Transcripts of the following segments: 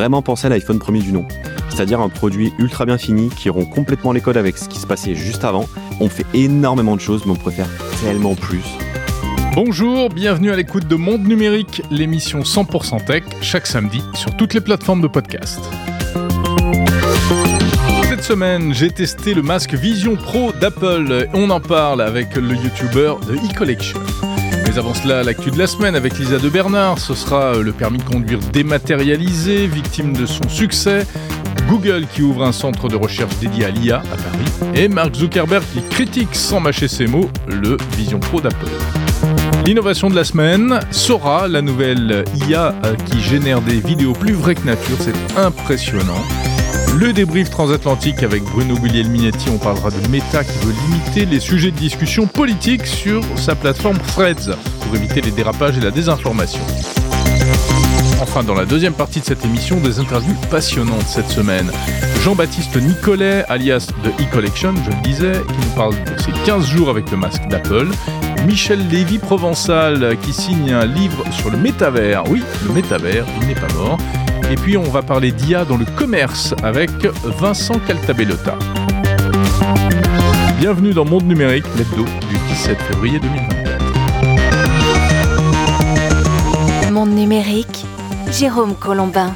vraiment pensé à l'iPhone premier du nom. C'est-à-dire un produit ultra bien fini qui rompt complètement les codes avec ce qui se passait juste avant. On fait énormément de choses, mais on préfère tellement plus. Bonjour, bienvenue à l'écoute de Monde Numérique, l'émission 100% Tech, chaque samedi sur toutes les plateformes de podcast. Cette semaine, j'ai testé le masque Vision Pro d'Apple. On en parle avec le youtubeur de e-Collection. Mais avant cela, l'actu de la semaine avec Lisa de Bernard. Ce sera le permis de conduire dématérialisé, victime de son succès. Google qui ouvre un centre de recherche dédié à l'IA à Paris. Et Mark Zuckerberg qui critique sans mâcher ses mots le Vision Pro d'Apple. L'innovation de la semaine, Sora, la nouvelle IA qui génère des vidéos plus vraies que nature, c'est impressionnant. Le débrief transatlantique avec Bruno Guglielminetti, on parlera de Meta qui veut limiter les sujets de discussion politique sur sa plateforme Threads pour éviter les dérapages et la désinformation. Enfin, dans la deuxième partie de cette émission, des interviews passionnantes cette semaine. Jean-Baptiste Nicolet, alias de e-Collection, je le disais, qui nous parle de ses 15 jours avec le masque d'Apple. Michel Lévy-Provençal, qui signe un livre sur le métavers. Oui, le métavers, il n'est pas mort. Et puis, on va parler d'IA dans le commerce avec Vincent Caltabellota. Bienvenue dans Monde Numérique, l'hebdo du 17 février 2024. Monde Numérique, Jérôme Colombin.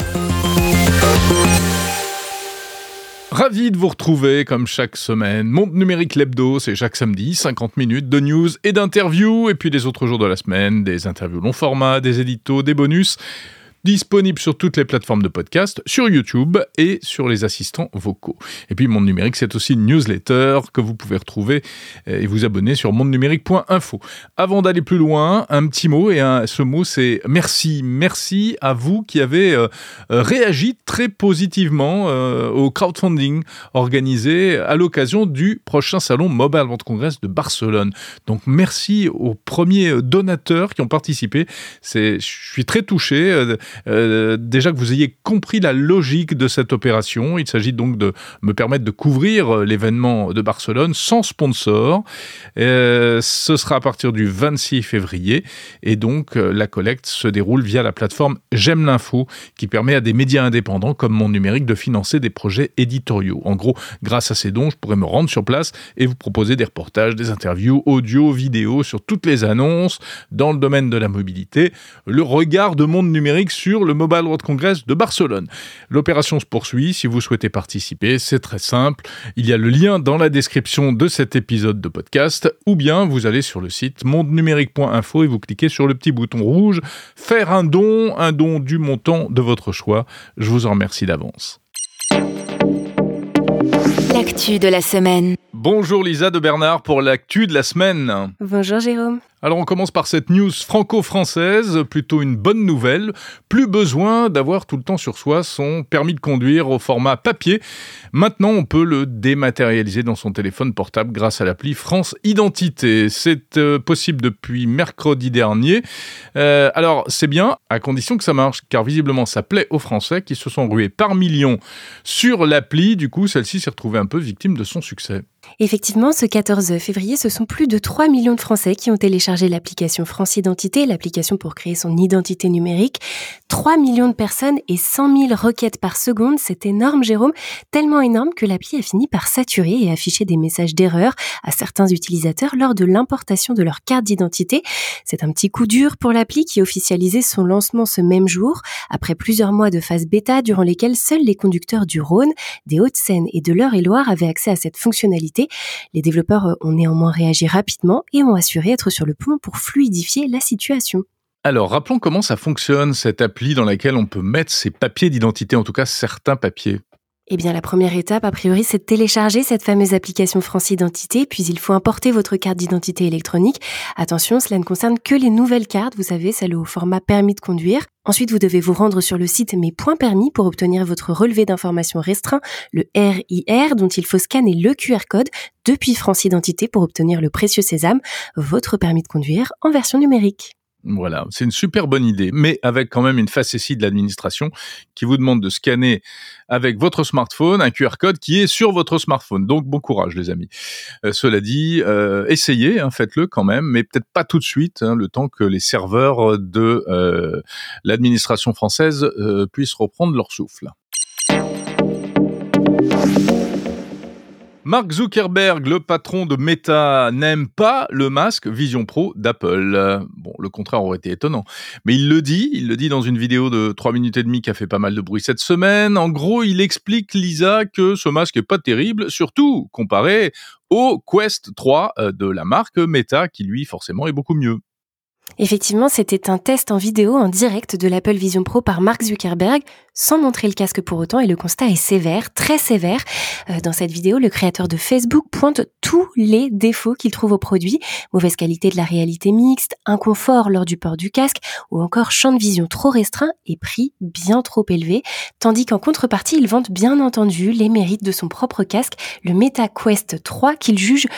Ravi de vous retrouver comme chaque semaine. Monde Numérique l'hebdo, c'est chaque samedi, 50 minutes de news et d'interviews. Et puis les autres jours de la semaine, des interviews long format, des éditos, des bonus. Disponible sur toutes les plateformes de podcast, sur YouTube et sur les assistants vocaux. Et puis Monde Numérique, c'est aussi une newsletter que vous pouvez retrouver et vous abonner sur mondenumérique.info. Avant d'aller plus loin, un petit mot, et ce mot c'est merci. Merci à vous qui avez réagi très positivement au crowdfunding organisé à l'occasion du prochain salon Mobile World Congress de Barcelone. Donc merci aux premiers donateurs qui ont participé. Je suis très touché. Déjà que vous ayez compris la logique de cette opération. Il s'agit donc de me permettre de couvrir l'événement de Barcelone sans sponsor. Ce sera à partir du 26 février et donc la collecte se déroule via la plateforme J'aime l'info qui permet à des médias indépendants comme Monde Numérique de financer des projets éditoriaux. En gros, grâce à ces dons, je pourrais me rendre sur place et vous proposer des reportages, des interviews, audio, vidéo sur toutes les annonces dans le domaine de la mobilité. Le regard de Monde Numérique sur le Mobile World Congress de Barcelone. L'opération se poursuit. Si vous souhaitez participer, c'est très simple. Il y a le lien dans la description de cet épisode de podcast ou bien vous allez sur le site mondenumérique.info et vous cliquez sur le petit bouton rouge « Faire un don du montant de votre choix ». Je vous en remercie d'avance. L'actu de la semaine. Bonjour Lisa de Bernard pour l'actu de la semaine. Bonjour Jérôme. Alors on commence par cette news franco-française, plutôt une bonne nouvelle. Plus besoin d'avoir tout le temps sur soi son permis de conduire au format papier. Maintenant on peut le dématérialiser dans son téléphone portable grâce à l'appli France Identité. C'est possible depuis mercredi dernier. Alors c'est bien, à condition que ça marche, car visiblement ça plaît aux Français qui se sont rués par millions sur l'appli. Du coup celle-ci s'est retrouvée un peu victime de son succès. Effectivement, ce 14 février, ce sont plus de 3 millions de Français qui ont téléchargé l'application France Identité, l'application pour créer son identité numérique. 3 millions de personnes et 100 000 requêtes par seconde, c'est énorme Jérôme, tellement énorme que l'appli a fini par saturer et afficher des messages d'erreur à certains utilisateurs lors de l'importation de leur carte d'identité. C'est un petit coup dur pour l'appli qui officialisait son lancement ce même jour, après plusieurs mois de phase bêta durant lesquels seuls les conducteurs du Rhône, des Hauts-de-Seine et de l'Eure-et-Loir avaient accès à cette fonctionnalité. Les développeurs ont néanmoins réagi rapidement et ont assuré être sur le pont pour fluidifier la situation. Alors, rappelons comment ça fonctionne, cette appli dans laquelle on peut mettre ses papiers d'identité, en tout cas certains papiers. Eh bien, la première étape, a priori, c'est de télécharger cette fameuse application France Identité, puis il faut importer votre carte d'identité électronique. Attention, cela ne concerne que les nouvelles cartes, vous savez, celles au format permis de conduire. Ensuite, vous devez vous rendre sur le site Mes Points Permis pour obtenir votre relevé d'informations restreint, le RIR, dont il faut scanner le QR code depuis France Identité pour obtenir le précieux sésame, votre permis de conduire en version numérique. Voilà, c'est une super bonne idée, mais avec quand même une facétie de l'administration qui vous demande de scanner avec votre smartphone un QR code qui est sur votre smartphone. Donc bon courage les amis. Cela dit, essayez, faites-le quand même, mais peut-être pas tout de suite, le temps que les serveurs de l'administration française puissent reprendre leur souffle. Mark Zuckerberg, le patron de Meta, n'aime pas le masque Vision Pro d'Apple. Bon, le contraire aurait été étonnant. Mais il le dit dans une vidéo de 3 minutes et demie qui a fait pas mal de bruit cette semaine. En gros, il explique, Lisa, que ce masque est pas terrible, surtout comparé au Quest 3 de la marque Meta, qui lui, forcément, est beaucoup mieux. Effectivement, c'était un test en vidéo en direct de l'Apple Vision Pro par Mark Zuckerberg, sans montrer le casque pour autant, et le constat est sévère, très sévère. Dans cette vidéo, le créateur de Facebook pointe tous les défauts qu'il trouve au produit: mauvaise qualité de la réalité mixte, inconfort lors du port du casque, ou encore champ de vision trop restreint et prix bien trop élevé, tandis qu'en contrepartie, il vante bien entendu les mérites de son propre casque, le Meta Quest 3, qu'il juge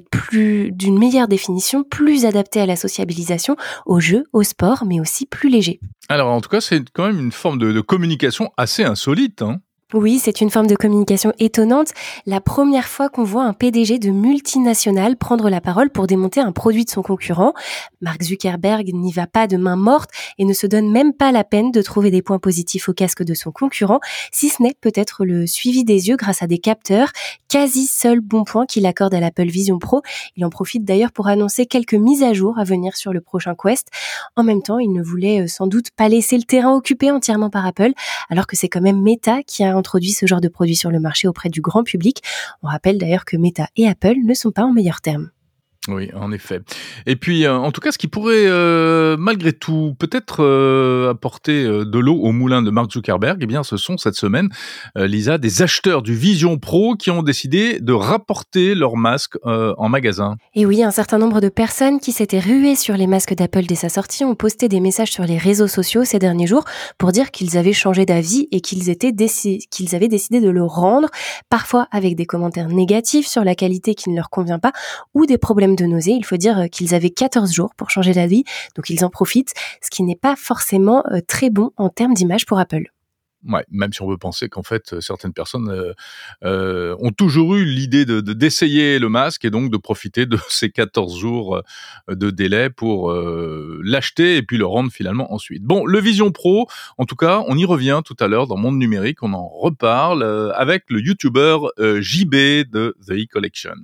d'une meilleure définition, plus adapté à la sociabilisation, au jeu, au sport, mais aussi plus léger. Alors, en tout cas, c'est quand même une forme de communication assez insolite, Oui, c'est une forme de communication étonnante. La première fois qu'on voit un PDG de multinationale prendre la parole pour démonter un produit de son concurrent. Mark Zuckerberg n'y va pas de main morte et ne se donne même pas la peine de trouver des points positifs au casque de son concurrent, si ce n'est peut-être le suivi des yeux grâce à des capteurs, quasi seul bon point qu'il accorde à l'Apple Vision Pro. Il en profite d'ailleurs pour annoncer quelques mises à jour à venir sur le prochain Quest. En même temps, il ne voulait sans doute pas laisser le terrain occupé entièrement par Apple, alors que c'est quand même Meta qui a introduit ce genre de produit sur le marché auprès du grand public. On rappelle d'ailleurs que Meta et Apple ne sont pas en meilleurs termes. Oui, en effet. Et puis, en tout cas, ce qui pourrait, malgré tout, peut-être apporter de l'eau au moulin de Mark Zuckerberg, eh bien, ce sont cette semaine, Lisa, des acheteurs du Vision Pro qui ont décidé de rapporter leurs masques en magasin. Et oui, un certain nombre de personnes qui s'étaient ruées sur les masques d'Apple dès sa sortie ont posté des messages sur les réseaux sociaux ces derniers jours pour dire qu'ils avaient changé d'avis et qu'ils avaient décidé de le rendre, parfois avec des commentaires négatifs sur la qualité qui ne leur convient pas ou des problèmes de nausée. Il faut dire qu'ils avaient 14 jours pour changer d'avis, donc ils en profitent, ce qui n'est pas forcément très bon en termes d'image pour Apple. Ouais, même si on veut penser qu'en fait, certaines personnes ont toujours eu l'idée d'essayer le masque et donc de profiter de ces 14 jours de délai pour l'acheter et puis le rendre finalement ensuite. Bon, le Vision Pro, en tout cas, on y revient tout à l'heure dans Monde Numérique, on en reparle avec le YouTuber JB de The E-Collection.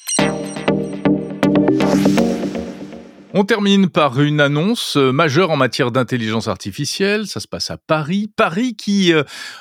On termine par une annonce majeure en matière d'intelligence artificielle. Ça se passe à Paris. Paris qui,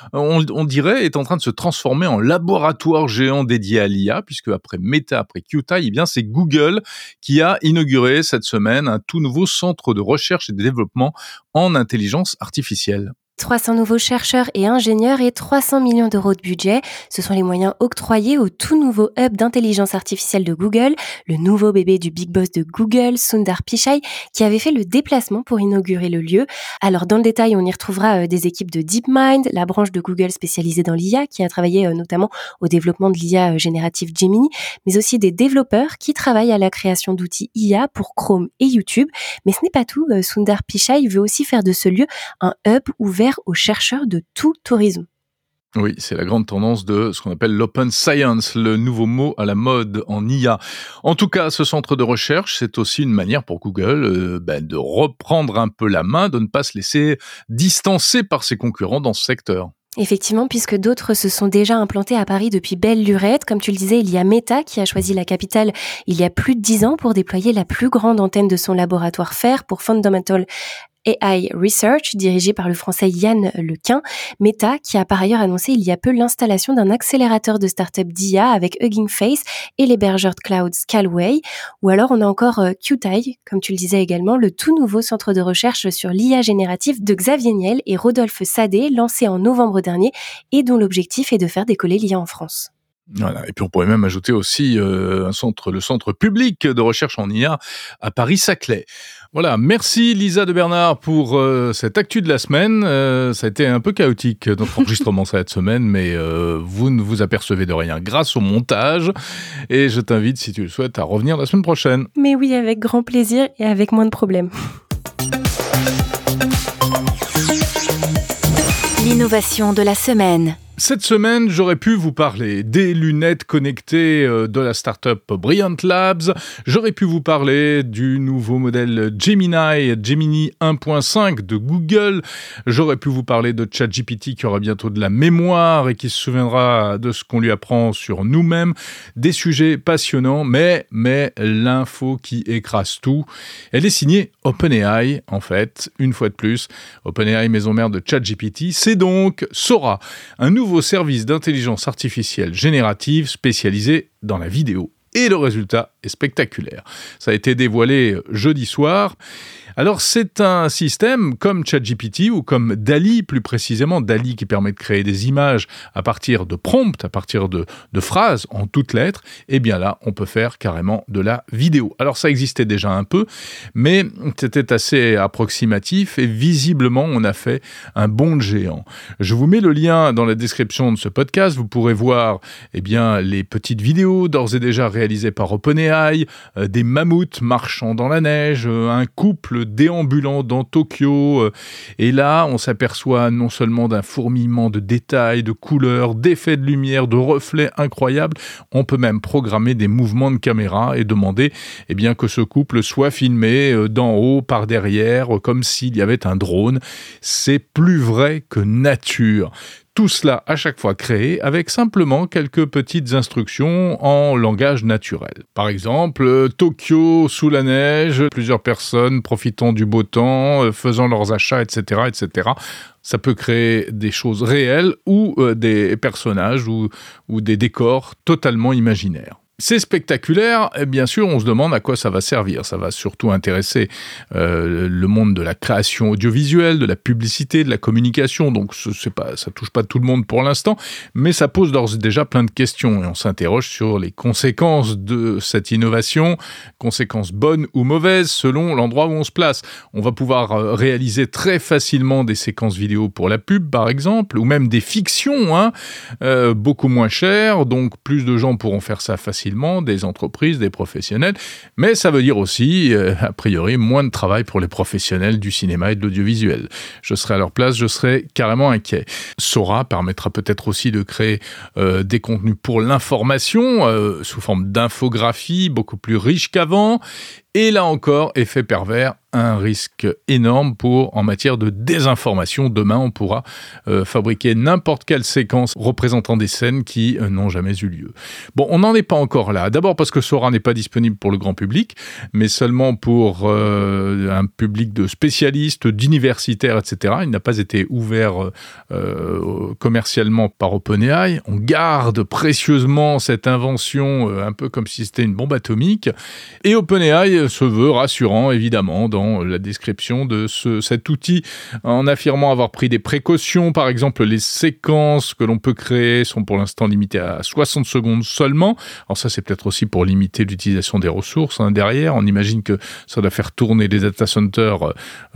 on dirait, est en train de se transformer en laboratoire géant dédié à l'IA, puisque après Meta, après QTI, eh bien, c'est Google qui a inauguré cette semaine un tout nouveau centre de recherche et de développement en intelligence artificielle. 300 nouveaux chercheurs et ingénieurs et 300 millions d'euros de budget. Ce sont les moyens octroyés au tout nouveau hub d'intelligence artificielle de Google, le nouveau bébé du big boss de Google, Sundar Pichai, qui avait fait le déplacement pour inaugurer le lieu. Alors, dans le détail, on y retrouvera des équipes de DeepMind, la branche de Google spécialisée dans l'IA, qui a travaillé notamment au développement de l'IA générative Gemini, mais aussi des développeurs qui travaillent à la création d'outils IA pour Chrome et YouTube. Mais ce n'est pas tout. Sundar Pichai veut aussi faire de ce lieu un hub ouvert aux chercheurs de tout horizon. Oui, c'est la grande tendance de ce qu'on appelle l'open science, le nouveau mot à la mode en IA. En tout cas, ce centre de recherche, c'est aussi une manière pour Google de reprendre un peu la main, de ne pas se laisser distancer par ses concurrents dans ce secteur. Effectivement, puisque d'autres se sont déjà implantés à Paris depuis belle lurette. Comme tu le disais, il y a Meta qui a choisi la capitale il y a plus de 10 ans pour déployer la plus grande antenne de son laboratoire FAIR pour Fundamental AI Research, dirigé par le français Yann Lequin. Meta, qui a par ailleurs annoncé il y a peu l'installation d'un accélérateur de start-up d'IA avec Hugging Face et l'hébergeur de cloud Scalway. Ou alors on a encore QTI, comme tu le disais également, le tout nouveau centre de recherche sur l'IA générative de Xavier Niel et Rodolphe Sadé, lancé en novembre dernier et dont l'objectif est de faire décoller l'IA en France. Voilà. Et puis on pourrait même ajouter aussi le centre public de recherche en IA à Paris-Saclay. Voilà, merci Lisa de Bernard pour cette actu de la semaine. Ça a été un peu chaotique notre enregistrement cette semaine, mais vous ne vous apercevez de rien grâce au montage. Et je t'invite, si tu le souhaites, à revenir la semaine prochaine. Mais oui, avec grand plaisir et avec moins de problèmes. Innovation de la semaine. Cette semaine, j'aurais pu vous parler des lunettes connectées de la start-up Brilliant Labs. J'aurais pu vous parler du nouveau modèle Gemini 1.5 de Google. J'aurais pu vous parler de ChatGPT qui aura bientôt de la mémoire et qui se souviendra de ce qu'on lui apprend sur nous-mêmes. Des sujets passionnants, mais l'info qui écrase tout, elle est signée OpenAI, en fait, une fois de plus. OpenAI, maison mère de ChatGPT, c'est donc Sora, un nouveau service d'intelligence artificielle générative spécialisé dans la vidéo. Et le résultat est spectaculaire. Ça a été dévoilé jeudi soir. Alors, c'est un système comme ChatGPT ou comme DALL-E, plus précisément, DALL-E qui permet de créer des images à partir de prompts, à partir de phrases en toutes lettres. Et bien là, on peut faire carrément de la vidéo. Alors, ça existait déjà un peu, mais c'était assez approximatif et visiblement, on a fait un bond de géant. Je vous mets le lien dans la description de ce podcast. Vous pourrez voir les petites vidéos d'ores et déjà réalisées par OpenAI, des mammouths marchant dans la neige, un couple déambulant dans Tokyo. Et là, on s'aperçoit non seulement d'un fourmillement de détails, de couleurs, d'effets de lumière, de reflets incroyables. On peut même programmer des mouvements de caméra et demander que ce couple soit filmé d'en haut, par derrière, comme s'il y avait un drone. C'est plus vrai que nature. Tout cela à chaque fois créé avec simplement quelques petites instructions en langage naturel. Par exemple, Tokyo sous la neige, plusieurs personnes profitant du beau temps, faisant leurs achats, etc., etc. Ça peut créer des choses réelles ou des personnages ou des décors totalement imaginaires. C'est spectaculaire, et bien sûr, on se demande à quoi ça va servir. Ça va surtout intéresser le monde de la création audiovisuelle, de la publicité, de la communication. Donc, ça touche pas tout le monde pour l'instant, mais ça pose d'ores et déjà plein de questions. Et on s'interroge sur les conséquences de cette innovation, conséquences bonnes ou mauvaises selon l'endroit où on se place. On va pouvoir réaliser très facilement des séquences vidéo pour la pub, par exemple, ou même des fictions, beaucoup moins chères. Donc, plus de gens pourront faire ça facilement, des entreprises, des professionnels, mais ça veut dire aussi, a priori, moins de travail pour les professionnels du cinéma et de l'audiovisuel. Je serais à leur place, je serais carrément inquiet. Sora permettra peut-être aussi de créer des contenus pour l'information, sous forme d'infographie, beaucoup plus riches qu'avant. Et là encore, effet pervers, un risque énorme en matière de désinformation. Demain, on pourra fabriquer n'importe quelle séquence représentant des scènes qui n'ont jamais eu lieu. Bon, on n'en est pas encore là. D'abord parce que Sora n'est pas disponible pour le grand public, mais seulement pour un public de spécialistes, d'universitaires, etc. Il n'a pas été ouvert commercialement par OpenAI. On garde précieusement cette invention un peu comme si c'était une bombe atomique. Et OpenAI se veut rassurant, évidemment, dans la description de cet outil, en affirmant avoir pris des précautions. Par exemple, les séquences que l'on peut créer sont pour l'instant limitées à 60 secondes seulement. Alors ça, c'est peut-être aussi pour limiter l'utilisation des ressources derrière. On imagine que ça doit faire tourner les data centers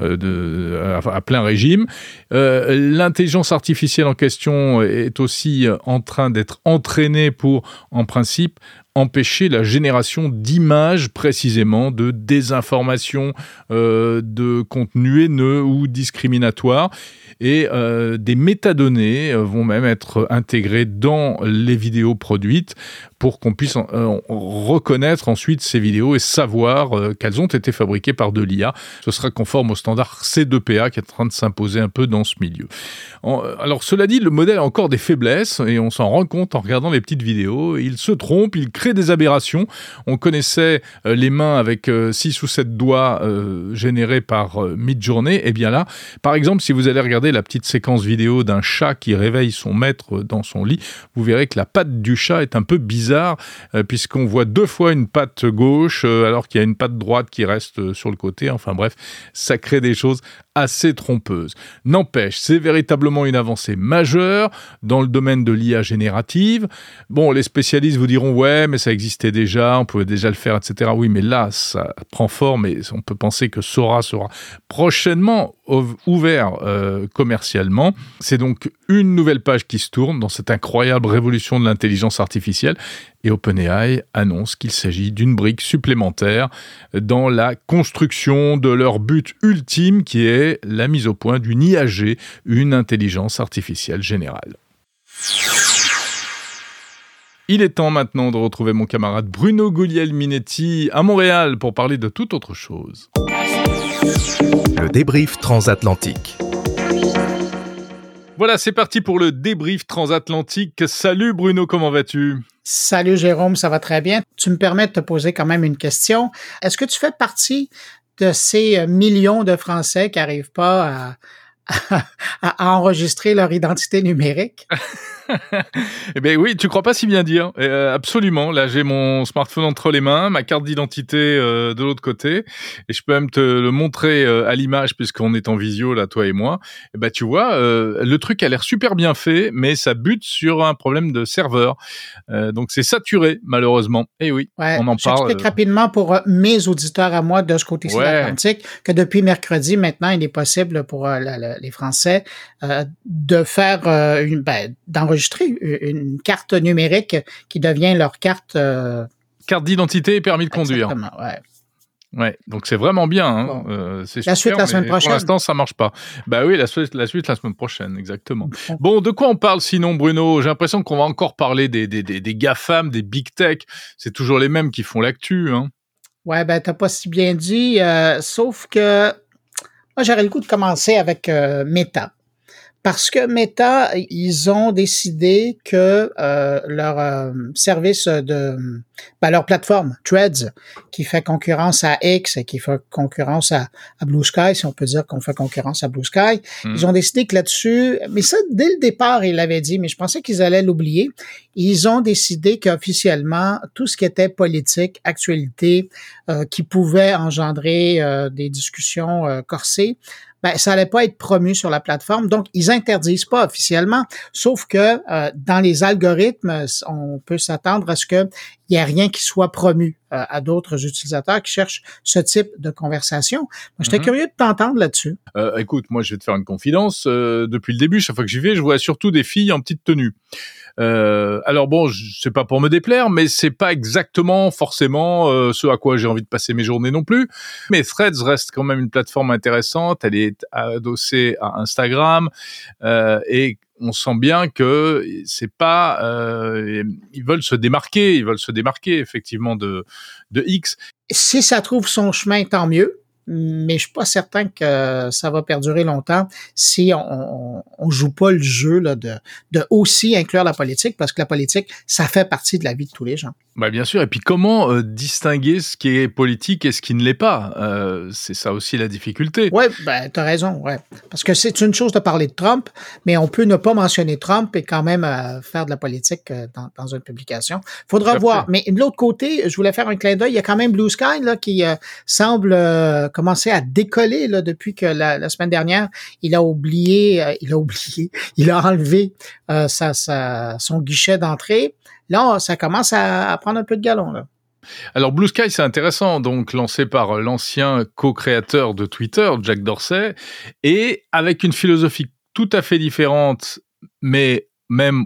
à plein régime. L'intelligence artificielle en question est aussi en train d'être entraînée pour, en principe, empêcher la génération d'images précisément de désinformation, de contenus haineux ou discriminatoires. Et des métadonnées vont même être intégrées dans les vidéos produites pour qu'on puisse reconnaître ensuite ces vidéos et savoir qu'elles ont été fabriquées par de l'IA. Ce sera conforme au standard C2PA qui est en train de s'imposer un peu dans ce milieu. Alors cela dit, le modèle a encore des faiblesses et on s'en rend compte en regardant les petites vidéos. Il se trompe, il crée des aberrations. On connaissait les mains avec 6 ou 7 doigts générés par Midjourney. Et bien là, par exemple, si vous allez regarder la petite séquence vidéo d'un chat qui réveille son maître dans son lit, vous verrez que la patte du chat est un peu bizarre puisqu'on voit 2 fois une patte gauche alors qu'il y a une patte droite qui reste sur le côté. Enfin bref, ça crée des choses assez trompeuses. N'empêche, c'est véritablement une avancée majeure dans le domaine de l'IA générative. Bon, les spécialistes vous diront « ouais, mais ça existait déjà, on pouvait déjà le faire, etc. » Oui, mais là, ça prend forme et on peut penser que Sora sera prochainement ouvert commercialement. C'est donc une nouvelle page qui se tourne dans cette incroyable révolution de l'intelligence artificielle. Et OpenAI annonce qu'il s'agit d'une brique supplémentaire dans la construction de leur but ultime qui est la mise au point d'une IAG, une intelligence artificielle générale. Il est temps maintenant de retrouver mon camarade Bruno Guglielminetti à Montréal pour parler de toute autre chose. Le débrief transatlantique. Voilà, c'est parti pour le débrief transatlantique. Salut Bruno, comment vas-tu? Salut Jérôme, ça va très bien. Tu me permets de te poser quand même une question. Est-ce que tu fais partie de ces millions de Français qui n'arrivent pas à enregistrer leur identité numérique? Eh bien oui, tu crois pas si bien dire. Absolument. Là, j'ai mon smartphone entre les mains, ma carte d'identité de l'autre côté, et je peux même te le montrer à l'image puisqu'on est en visio là, toi et moi. Et ben tu vois, le truc a l'air super bien fait, mais ça bute sur un problème de serveur. Donc c'est saturé malheureusement. Et oui, ouais, on en parle. J'explique rapidement pour mes auditeurs à moi de ce côté-ci de l'Atlantique que depuis mercredi maintenant, il est possible pour les Français de faire d'enregistrer une carte numérique qui devient leur carte d'identité et permis de conduire. Exactement, ouais. Ouais, donc c'est vraiment bien. Hein. Bon. C'est la super, suite la semaine prochaine. Pour l'instant, ça marche pas. Bah oui, la suite la semaine prochaine, exactement. Bon, de quoi on parle sinon, Bruno? J'ai l'impression qu'on va encore parler des GAFAM, des Big Tech. C'est toujours les mêmes qui font l'actu. Hein. Ouais, ben t'as pas si bien dit. Sauf que moi, j'aurais le goût de commencer avec Meta. Parce que Meta, ils ont décidé que leur service leur plateforme Threads, qui fait concurrence à X et qui fait concurrence à Blue Sky, si on peut dire qu'on fait concurrence à Blue Sky, ils ont décidé que là-dessus, mais ça, dès le départ, ils l'avaient dit, mais je pensais qu'ils allaient l'oublier, ils ont décidé qu'officiellement, tout ce qui était politique, actualité, qui pouvait engendrer des discussions corsées, ça allait pas être promu sur la plateforme. Donc, ils interdisent pas officiellement, sauf que dans les algorithmes, on peut s'attendre à ce qu'il n'y ait rien qui soit promu à d'autres utilisateurs qui cherchent ce type de conversation. Moi, j'étais curieux de t'entendre là-dessus. Écoute, moi, je vais te faire une confidence. Depuis le début, chaque fois que j'y vais, je vois surtout des filles en petite tenue. Alors bon, c'est pas pour me déplaire, mais c'est pas exactement forcément ce à quoi j'ai envie de passer mes journées non plus. Mais Threads reste quand même une plateforme intéressante. Elle est adossée à Instagram et on sent bien que c'est pas ils veulent se démarquer effectivement de X. Si ça trouve son chemin, tant mieux. Mais je suis pas certain que ça va perdurer longtemps si on joue pas le jeu là, de aussi inclure la politique, parce que la politique, ça fait partie de la vie de tous les gens. Bah bien sûr, et puis comment distinguer ce qui est politique et ce qui ne l'est pas? C'est ça aussi la difficulté. Ouais, t'as raison, ouais. Parce que c'est une chose de parler de Trump, mais on peut ne pas mentionner Trump et quand même faire de la politique dans une publication. Faudra voir. Mais de l'autre côté, je voulais faire un clin d'œil, il y a quand même Blue Sky là qui semble commencer à décoller là depuis que la semaine dernière, il a enlevé son guichet d'entrée. Là, ça commence à prendre un peu de galon, là. Alors, Blue Sky, c'est intéressant, donc lancé par l'ancien co-créateur de Twitter, Jack Dorsey, et avec une philosophie tout à fait différente, mais même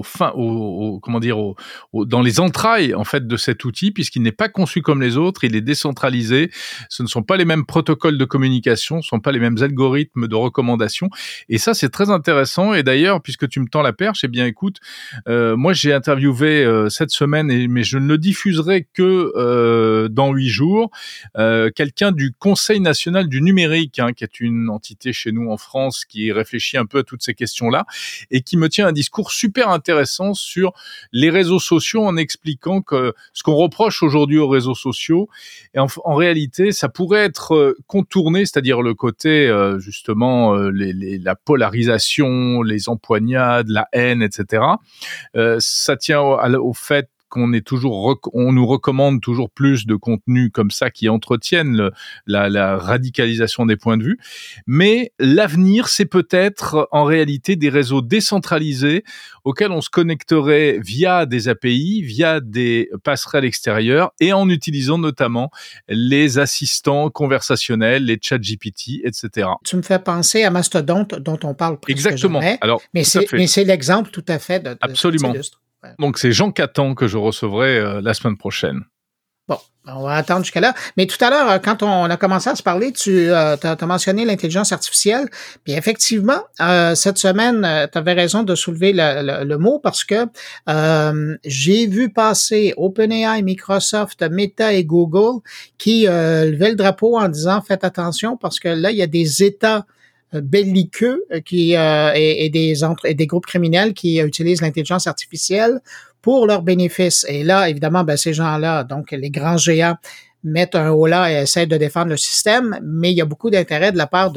dans les entrailles en fait de cet outil, puisqu'il n'est pas conçu comme les autres, il est décentralisé, ce ne sont pas les mêmes protocoles de communication, ce ne sont pas les mêmes algorithmes de recommandation, et ça c'est très intéressant. Et d'ailleurs, puisque tu me tends la perche, eh bien écoute, moi j'ai interviewé cette semaine, mais je ne le diffuserai que dans 8 jours, quelqu'un du Conseil national du numérique, qui est une entité chez nous en France qui réfléchit un peu à toutes ces questions-là, et qui me tient un discours super intéressant sur les réseaux sociaux, en expliquant que ce qu'on reproche aujourd'hui aux réseaux sociaux, et en réalité, ça pourrait être contourné, c'est-à-dire le côté justement la polarisation, les empoignades, la haine, etc. Ça tient au fait qu'on nous recommande toujours plus de contenus comme ça qui entretiennent la radicalisation des points de vue. Mais l'avenir, c'est peut-être en réalité des réseaux décentralisés auxquels on se connecterait via des API, via des passerelles extérieures, et en utilisant notamment les assistants conversationnels, les ChatGPT, etc. Tu me fais penser à Mastodon dont on parle presque Exactement. jamais. Alors, mais c'est l'exemple tout à fait de absolument. cet illustre. Ouais. Donc, c'est Jean Catan que je recevrai la semaine prochaine. Bon, on va attendre jusqu'à là. Mais tout à l'heure, quand on a commencé à se parler, tu as mentionné l'intelligence artificielle. Puis effectivement, cette semaine, tu avais raison de soulever le mot parce que j'ai vu passer OpenAI, Microsoft, Meta et Google qui levaient le drapeau en disant faites attention parce que là, il y a des États belliqueux et des groupes criminels qui utilisent l'intelligence artificielle pour leurs bénéfices. Et là, évidemment, ces gens-là, donc les grands géants, mettent un holà et essaient de défendre le système, mais il y a beaucoup d'intérêt de la part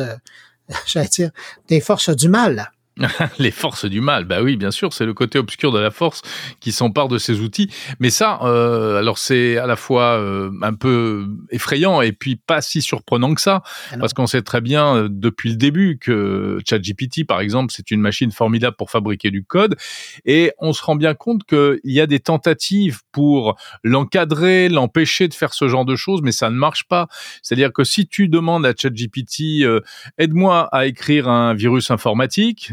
des forces du mal. Les forces du mal, bah oui, bien sûr, c'est le côté obscur de la force qui s'empare de ces outils. Mais ça, alors c'est à la fois un peu effrayant et puis pas si surprenant que ça, parce qu'on sait très bien depuis le début que ChatGPT, par exemple, c'est une machine formidable pour fabriquer du code, et on se rend bien compte qu'il y a des tentatives pour l'encadrer, l'empêcher de faire ce genre de choses, mais ça ne marche pas. C'est-à-dire que si tu demandes à ChatGPT, aide-moi à écrire un virus informatique,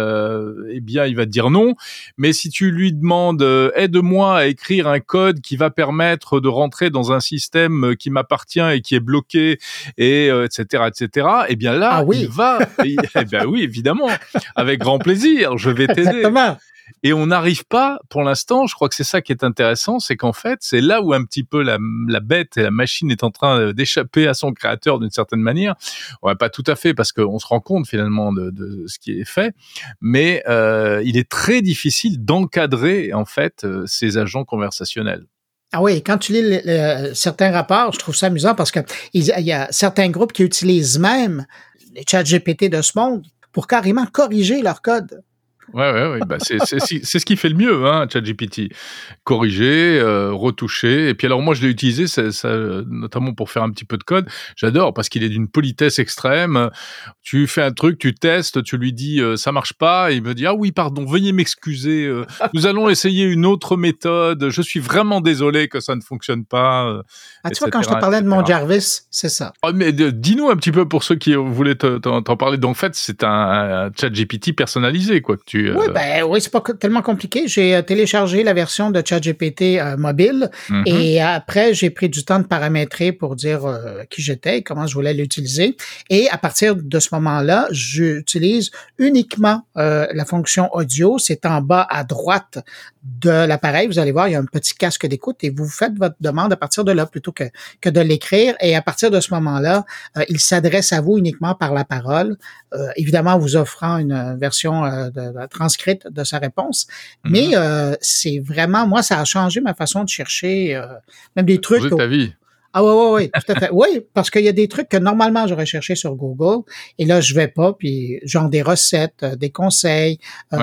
eh bien, il va te dire non. Mais si tu lui demandes aide-moi à écrire un code qui va permettre de rentrer dans un système qui m'appartient et qui est bloqué, et etc., eh bien là, il va. Eh bien oui, évidemment, avec grand plaisir, je vais t'aider. Exactement. Et on n'arrive pas, pour l'instant, je crois que c'est ça qui est intéressant, c'est qu'en fait, c'est là où un petit peu la bête et la machine est en train d'échapper à son créateur d'une certaine manière. Ouais, pas tout à fait, parce qu'on se rend compte finalement de ce qui est fait, mais il est très difficile d'encadrer en fait ces agents conversationnels. Ah oui, quand tu lis certains rapports, je trouve ça amusant parce que il y a certains groupes qui utilisent même les ChatGPT de ce monde pour carrément corriger leur code. Ouais. Bah c'est ce qui fait le mieux, hein, ChatGPT. Corriger, retoucher. Et puis alors moi je l'ai utilisé, ça, notamment pour faire un petit peu de code. J'adore parce qu'il est d'une politesse extrême. Tu fais un truc, tu testes, tu lui dis ça marche pas, et il me dit ah oui pardon, veuillez m'excuser. Nous allons essayer une autre méthode. Je suis vraiment désolé que ça ne fonctionne pas. Tu vois, quand je te parlais de mon Jarvis, c'est ça. Oh, mais dis-nous un petit peu pour ceux qui voulaient t'en parler. Donc en fait c'est un ChatGPT personnalisé quoi que tu Oui, c'est pas tellement compliqué. J'ai téléchargé la version de ChatGPT mobile et après, j'ai pris du temps de paramétrer pour dire qui j'étais et comment je voulais l'utiliser. Et à partir de ce moment-là, j'utilise uniquement la fonction audio. C'est en bas à droite de l'appareil. Vous allez voir, il y a un petit casque d'écoute et vous faites votre demande à partir de là plutôt que de l'écrire. Et à partir de ce moment-là, il s'adresse à vous uniquement par la parole. Évidemment, vous offrant une version transcrite de sa réponse. Mais c'est vraiment, moi, ça a changé ma façon de chercher même des trucs. Ta vie. Ah oui, tout à fait. Oui, parce qu'il y a des trucs que normalement j'aurais cherché sur Google et là je vais pas, puis genre des recettes, des conseils,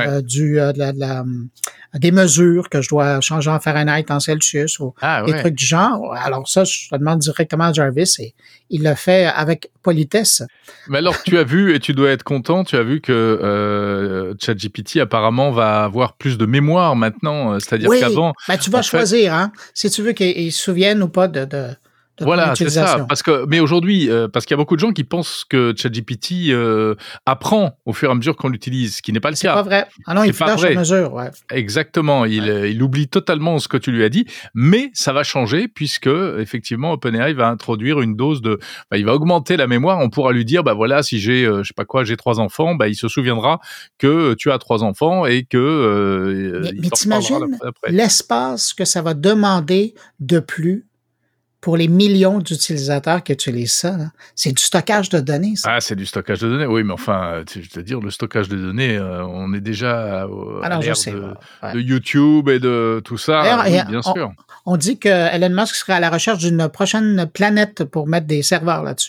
des mesures que je dois changer en Fahrenheit en Celsius ou des trucs du genre. Alors ça, je demande directement à Jarvis et il le fait avec politesse. Mais alors tu as vu, et tu dois être content, tu as vu que ChatGPT apparemment va avoir plus de mémoire maintenant, c'est-à-dire qu'avant... Tu vas choisir, hein, si tu veux qu'il se souvienne ou pas de voilà, c'est ça. Mais aujourd'hui, parce qu'il y a beaucoup de gens qui pensent que ChatGPT apprend au fur et à mesure qu'on l'utilise, ce qui n'est pas le cas. C'est pas vrai. Ah non, il flash à mesure, ouais. Exactement. Il oublie totalement ce que tu lui as dit, mais ça va changer puisque effectivement OpenAI va introduire une dose il va augmenter la mémoire. On pourra lui dire, voilà, si j'ai, j'ai 3 enfants, il se souviendra que tu as 3 enfants et que. Mais t'imagines l'espace que ça va demander de plus pour les millions d'utilisateurs qui utilisent ça, là. C'est du stockage de données, ça. Ah, c'est du stockage de données, oui, mais enfin, je veux dire, le stockage de données, on est déjà à l'ère de YouTube et de tout ça, oui, bien sûr. On dit que Elon Musk serait à la recherche d'une prochaine planète pour mettre des serveurs là-dessus.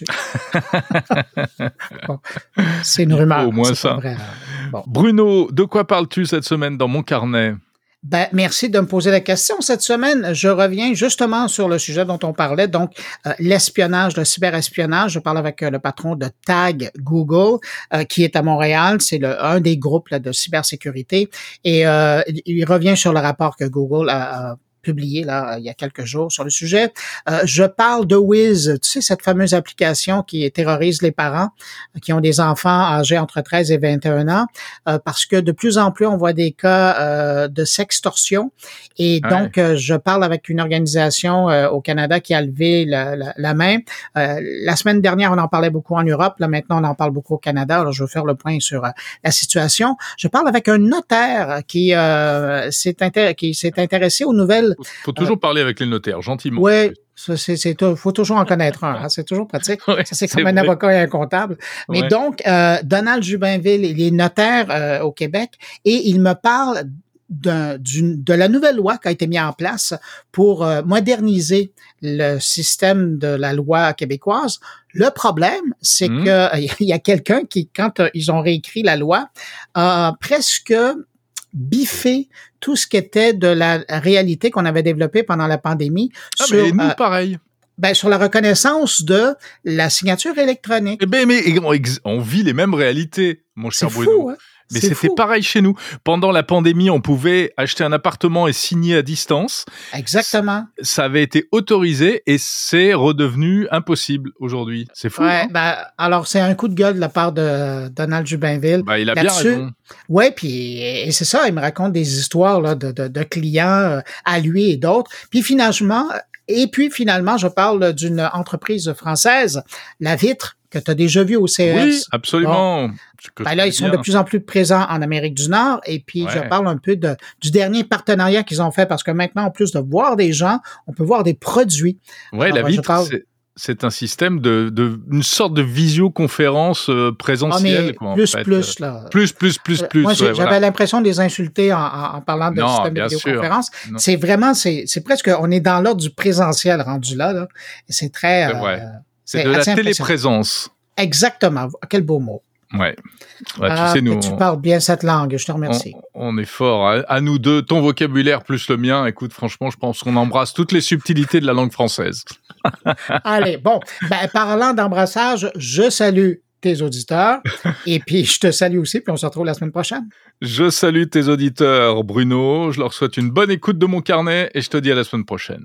Bon, c'est une rumeur. Au moins ça. Vrai, bon. Bruno, de quoi parles-tu cette semaine dans mon carnet ? Merci de me poser la question. Cette semaine, je reviens justement sur le sujet dont on parlait, donc l'espionnage, le cyberespionnage. Je parle avec le patron de Tag Google, qui est à Montréal. C'est un des groupes là, de cybersécurité. Et il revient sur le rapport que Google a publié là il y a quelques jours sur le sujet. Je parle de Wiz, tu sais, cette fameuse application qui terrorise les parents qui ont des enfants âgés entre 13 et 21 ans, parce que de plus en plus, on voit des cas de sextorsion. Et donc, je parle avec une organisation au Canada qui a levé la main. La semaine dernière, on en parlait beaucoup en Europe. Là, maintenant, on en parle beaucoup au Canada. Alors, je veux faire le point sur la situation. Je parle avec un notaire qui s'est intéressé aux nouvelles. Faut toujours parler avec les notaires, gentiment. Oui. Faut toujours en connaître un, hein, c'est toujours pratique. Oui, ça, c'est comme un avocat et un comptable. Mais donc, Donald Jubinville, il est notaire au Québec et il me parle de la nouvelle loi qui a été mise en place pour moderniser le système de la loi québécoise. Le problème, c'est que il y a quelqu'un qui, quand ils ont réécrit la loi, a presque biffé tout ce qui était de la réalité qu'on avait développée pendant la pandémie. Mais nous, pareil. Sur la reconnaissance de la signature électronique. Mais on vit les mêmes réalités, mon cher Bruno. Fou, hein? Mais c'était pareil chez nous. Pendant la pandémie, on pouvait acheter un appartement et signer à distance. Exactement. Ça avait été autorisé et c'est redevenu impossible aujourd'hui. C'est fou. Ouais, alors c'est un coup de gueule de la part de Donald Jubinville. Il a bien raison. Ouais, et c'est ça, il me raconte des histoires là de clients à lui et d'autres. Puis finalement, je parle d'une entreprise française, La Vitre, que tu as déjà vu au CES. Oui, absolument. Là, ils sont de plus en plus présents en Amérique du Nord. Et puis, je parle un peu du dernier partenariat qu'ils ont fait parce que maintenant, en plus de voir des gens, on peut voir des produits. Oui, La Vitre, c'est un système une sorte de visioconférence présentielle. Plus. Moi, j'avais l'impression de les insulter en parlant de système de vidéoconférence. C'est vraiment, c'est presque, on est dans l'ordre du présentiel rendu là. Et c'est très... c'est de la téléprésence. Exactement. Quel beau mot. Ouais. Tu sais, nous. Tu parles bien cette langue, je te remercie. On est fort. À nous deux, ton vocabulaire plus le mien. Écoute, franchement, je pense qu'on embrasse toutes les subtilités de la langue française. Allez, bon. Parlant d'embrassage, je salue tes auditeurs et puis je te salue aussi, puis on se retrouve la semaine prochaine. Je salue tes auditeurs, Bruno. Je leur souhaite une bonne écoute de mon carnet et je te dis à la semaine prochaine.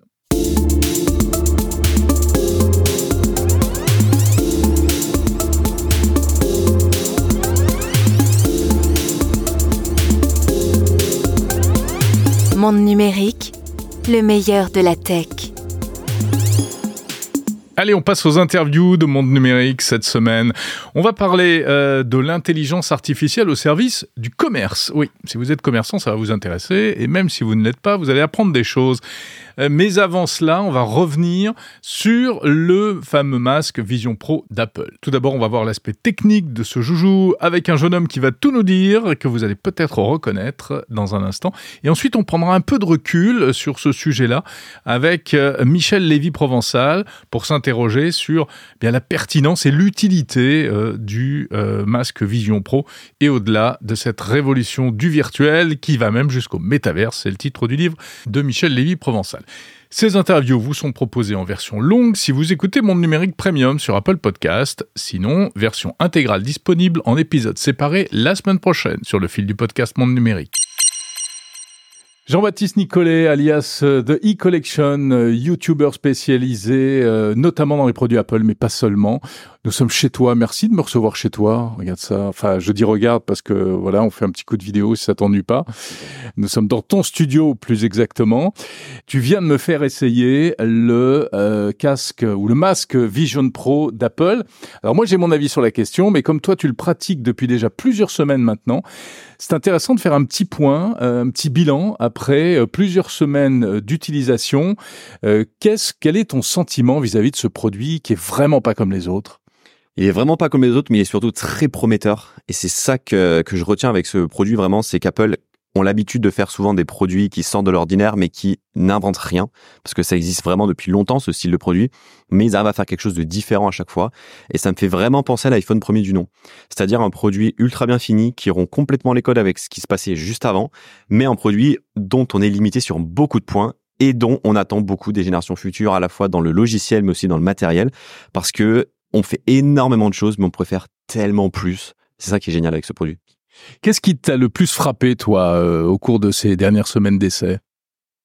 Monde numérique, le meilleur de la tech. Allez, on passe aux interviews de Monde Numérique cette semaine. On va parler de l'intelligence artificielle au service du commerce. Oui, si vous êtes commerçant, ça va vous intéresser. Et même si vous ne l'êtes pas, vous allez apprendre des choses. Mais avant cela, on va revenir sur le fameux masque Vision Pro d'Apple. Tout d'abord, on va voir l'aspect technique de ce joujou avec un jeune homme qui va tout nous dire et que vous allez peut-être reconnaître dans un instant. Et ensuite, on prendra un peu de recul sur ce sujet-là avec Michel Lévy-Provençal pour s'interroger sur la pertinence et l'utilité du masque Vision Pro et au-delà de cette révolution du virtuel qui va même jusqu'au métaverse. C'est le titre du livre de Michel Lévy-Provençal. Ces interviews vous sont proposées en version longue si vous écoutez Monde Numérique Premium sur Apple Podcast. Sinon, version intégrale disponible en épisodes séparés la semaine prochaine sur le fil du podcast Monde Numérique. Jean-Baptiste Nicolet, alias The E-Collection, YouTuber spécialisé notamment dans les produits Apple, mais pas seulement. Nous sommes chez toi. Merci de me recevoir chez toi. Regarde ça. Enfin, je dis regarde parce que voilà, on fait un petit coup de vidéo si ça t'ennuie pas. Nous sommes dans ton studio, plus exactement. Tu viens de me faire essayer le casque ou le masque Vision Pro d'Apple. Alors moi, j'ai mon avis sur la question, mais comme toi, tu le pratiques depuis déjà plusieurs semaines maintenant, c'est intéressant de faire un petit point, un petit bilan après plusieurs semaines d'utilisation. Quel est ton sentiment vis-à-vis de ce produit qui est vraiment pas comme les autres ? Il est vraiment pas comme les autres, mais il est surtout très prometteur. Et c'est ça que je retiens avec ce produit vraiment, c'est qu'Apple ont l'habitude de faire souvent des produits qui sortent de l'ordinaire, mais qui n'inventent rien, parce que ça existe vraiment depuis longtemps, ce style de produit, mais ils arrivent à faire quelque chose de différent à chaque fois. Et ça me fait vraiment penser à l'iPhone premier du nom. C'est-à-dire un produit ultra bien fini, qui rompt complètement les codes avec ce qui se passait juste avant, mais un produit dont on est limité sur beaucoup de points, et dont on attend beaucoup des générations futures, à la fois dans le logiciel, mais aussi dans le matériel, parce que on fait énormément de choses, mais on préfère tellement plus. C'est ça qui est génial avec ce produit. Qu'est-ce qui t'a le plus frappé, toi, au cours de ces dernières semaines d'essai ?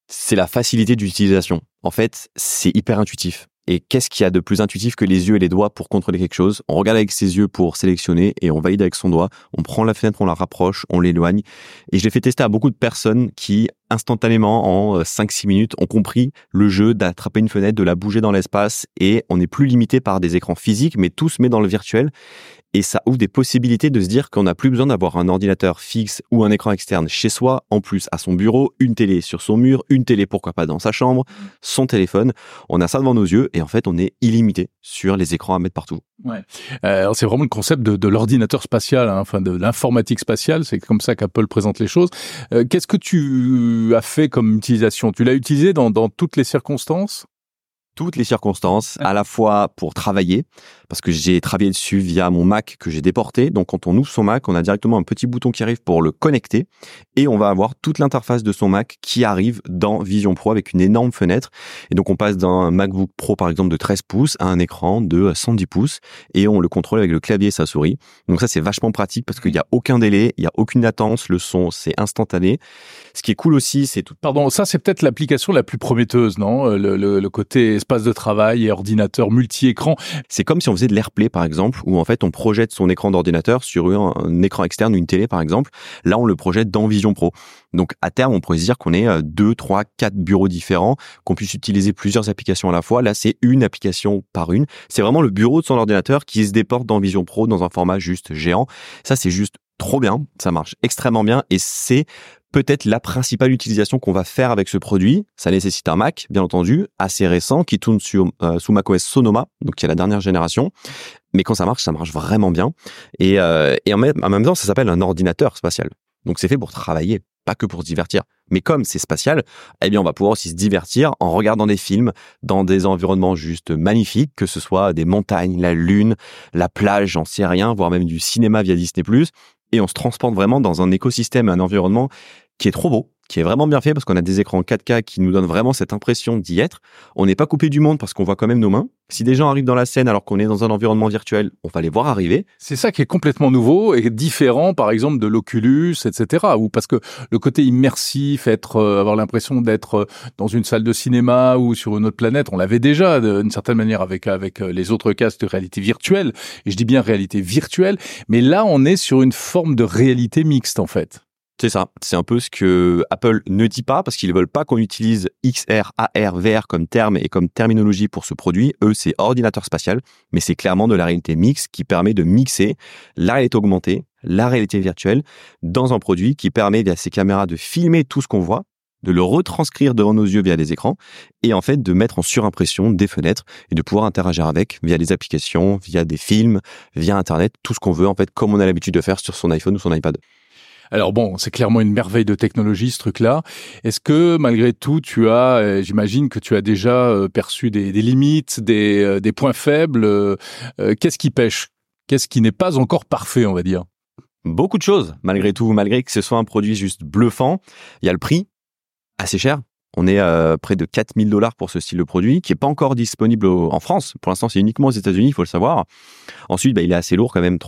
C'est la facilité d'utilisation. En fait, c'est hyper intuitif. Et qu'est-ce qu'il y a de plus intuitif que les yeux et les doigts pour contrôler quelque chose? On regarde avec ses yeux pour sélectionner et on valide avec son doigt. On prend la fenêtre, on la rapproche, on l'éloigne. Et je l'ai fait tester à beaucoup de personnes qui, instantanément, en 5-6 minutes, ont compris le jeu d'attraper une fenêtre, de la bouger dans l'espace. Et on n'est plus limité par des écrans physiques, mais tout se met dans le virtuel. Et ça ouvre des possibilités de se dire qu'on n'a plus besoin d'avoir un ordinateur fixe ou un écran externe chez soi. En plus, à son bureau, une télé sur son mur, une télé, pourquoi pas dans sa chambre, son téléphone. On a ça devant nos yeux et en fait, on est illimité sur les écrans à mettre partout. Ouais. C'est vraiment le concept de l'ordinateur spatial, hein, enfin de l'informatique spatiale. C'est comme ça qu'Apple présente les choses. Qu'est-ce que tu as fait comme utilisation? Tu l'as utilisé dans toutes les circonstances? Toutes les circonstances, à la fois pour travailler, parce que j'ai travaillé dessus via mon Mac que j'ai déporté. Donc, quand on ouvre son Mac, on a directement un petit bouton qui arrive pour le connecter et on va avoir toute l'interface de son Mac qui arrive dans Vision Pro avec une énorme fenêtre. Et donc, on passe d'un MacBook Pro, par exemple, de 13 pouces à un écran de 110 pouces et on le contrôle avec le clavier et sa souris. Donc, ça, c'est vachement pratique parce qu'il n'y a aucun délai, il n'y a aucune latence, le son, c'est instantané. Ce qui est cool aussi, c'est tout. Pardon, ça, c'est peut-être l'application la plus prometteuse, non? Le côté espace de travail et ordinateur multi-écran. C'est comme si on faisait de l'AirPlay, par exemple, où en fait on projette son écran d'ordinateur sur un écran externe, une télé, par exemple. Là, on le projette dans Vision Pro. Donc, à terme, on pourrait se dire qu'on ait 2, 3, 4 bureaux différents, qu'on puisse utiliser plusieurs applications à la fois. Là, c'est une application par une. C'est vraiment le bureau de son ordinateur qui se déporte dans Vision Pro dans un format juste géant. Ça, c'est juste trop bien. Ça marche extrêmement bien et c'est peut-être la principale utilisation qu'on va faire avec ce produit. Ça nécessite un Mac, bien entendu, assez récent, qui tourne sous macOS Sonoma, donc qui est la dernière génération. Mais quand ça marche vraiment bien. Et en même temps, ça s'appelle un ordinateur spatial. Donc c'est fait pour travailler, pas que pour se divertir. Mais comme c'est spatial, eh bien on va pouvoir aussi se divertir en regardant des films dans des environnements juste magnifiques, que ce soit des montagnes, la lune, la plage, j'en sais rien, voire même du cinéma via Disney+. Et on se transporte vraiment dans un écosystème, un environnement qui est trop beau, qui est vraiment bien fait parce qu'on a des écrans 4K qui nous donnent vraiment cette impression d'y être. On n'est pas coupé du monde parce qu'on voit quand même nos mains. Si des gens arrivent dans la scène alors qu'on est dans un environnement virtuel, on va les voir arriver. C'est ça qui est complètement nouveau et différent, par exemple, de l'Oculus, etc. Ou parce que le côté immersif, avoir l'impression d'être dans une salle de cinéma ou sur une autre planète, on l'avait déjà d'une certaine manière avec les autres casques de réalité virtuelle. Et je dis bien réalité virtuelle, mais là, on est sur une forme de réalité mixte, en fait. C'est ça. C'est un peu ce que Apple ne dit pas parce qu'ils veulent pas qu'on utilise XR, AR, VR comme terme et comme terminologie pour ce produit. Eux, c'est ordinateur spatial, mais c'est clairement de la réalité mixte qui permet de mixer la réalité augmentée, la réalité virtuelle dans un produit qui permet via ses caméras de filmer tout ce qu'on voit, de le retranscrire devant nos yeux via des écrans et en fait de mettre en surimpression des fenêtres et de pouvoir interagir avec via des applications, via des films, via Internet, tout ce qu'on veut en fait comme on a l'habitude de faire sur son iPhone ou son iPad. Alors bon, c'est clairement une merveille de technologie, ce truc-là. Est-ce que, malgré tout, j'imagine que tu as déjà perçu des limites, des points faibles. Qu'est-ce qui pêche? Qu'est-ce qui n'est pas encore parfait, on va dire? Beaucoup de choses, malgré tout. Malgré que ce soit un produit juste bluffant, il y a le prix, assez cher. On est près de $4 000 pour ce style de produit, qui est pas encore disponible en France. Pour l'instant, c'est uniquement aux États-Unis, il faut le savoir. Ensuite, il est assez lourd quand même,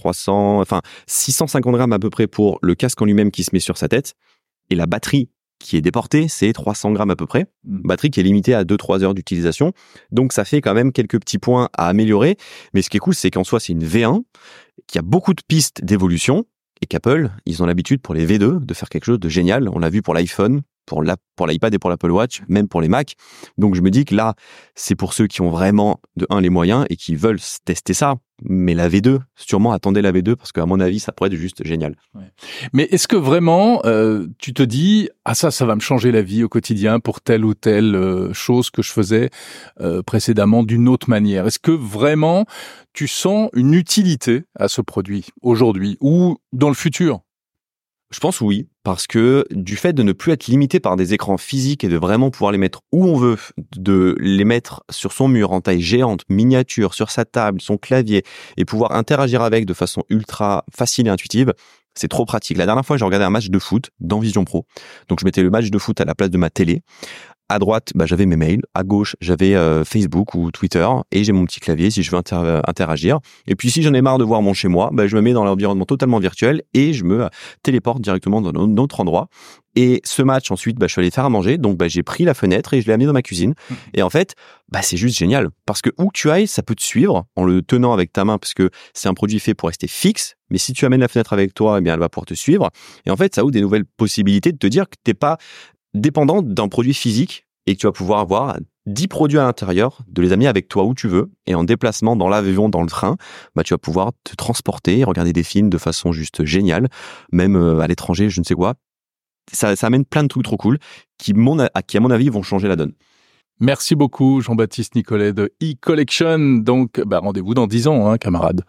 650 grammes à peu près pour le casque en lui-même qui se met sur sa tête. Et la batterie qui est déportée, c'est 300 grammes à peu près. Batterie qui est limitée à 2-3 heures d'utilisation. Donc, ça fait quand même quelques petits points à améliorer. Mais ce qui est cool, c'est qu'en soi, c'est une V1, qui a beaucoup de pistes d'évolution. Et qu'Apple, ils ont l'habitude pour les V2 de faire quelque chose de génial. On l'a vu pour l'iPhone, pour l'iPad et pour l'Apple Watch, même pour les Mac. Donc, je me dis que là, c'est pour ceux qui ont vraiment, de 1, les moyens et qui veulent tester ça. Mais la V2, sûrement attendez la V2 parce qu'à mon avis, ça pourrait être juste génial. Ouais. Mais est-ce que vraiment, tu te dis, ça va me changer la vie au quotidien pour telle ou telle chose que je faisais précédemment d'une autre manière? Est-ce que vraiment, tu sens une utilité à ce produit aujourd'hui ou dans le futur? Je pense oui, parce que du fait de ne plus être limité par des écrans physiques et de vraiment pouvoir les mettre où on veut, de les mettre sur son mur en taille géante, miniature, sur sa table, son clavier, et pouvoir interagir avec de façon ultra facile et intuitive, c'est trop pratique. La dernière fois, j'ai regardé un match de foot dans Vision Pro. Donc, je mettais le match de foot à la place de ma télé. À droite, j'avais mes mails. À gauche, j'avais Facebook ou Twitter. Et j'ai mon petit clavier si je veux interagir. Et puis, si j'en ai marre de voir mon chez moi, je me mets dans l'environnement totalement virtuel et je me téléporte directement dans un autre endroit. Et ce match, ensuite, je suis allé faire à manger. Donc, j'ai pris la fenêtre et je l'ai amené dans ma cuisine. Et en fait, c'est juste génial. Parce que où que tu ailles, ça peut te suivre en le tenant avec ta main parce que c'est un produit fait pour rester fixe. Mais si tu amènes la fenêtre avec toi, eh bien, elle va pouvoir te suivre. Et en fait, ça ouvre des nouvelles possibilités de te dire que t'es pas dépendant d'un produit physique et que tu vas pouvoir avoir 10 produits à l'intérieur, de les amener avec toi où tu veux. Et en déplacement dans l'avion, dans le train, tu vas pouvoir te transporter, regarder des films de façon juste géniale. Même à l'étranger, je ne sais quoi. Ça amène plein de trucs trop cool qui, à mon avis, vont changer la donne. Merci beaucoup, Jean-Baptiste Nicolet de e-Collection. Donc, rendez-vous dans 10 ans, camarades.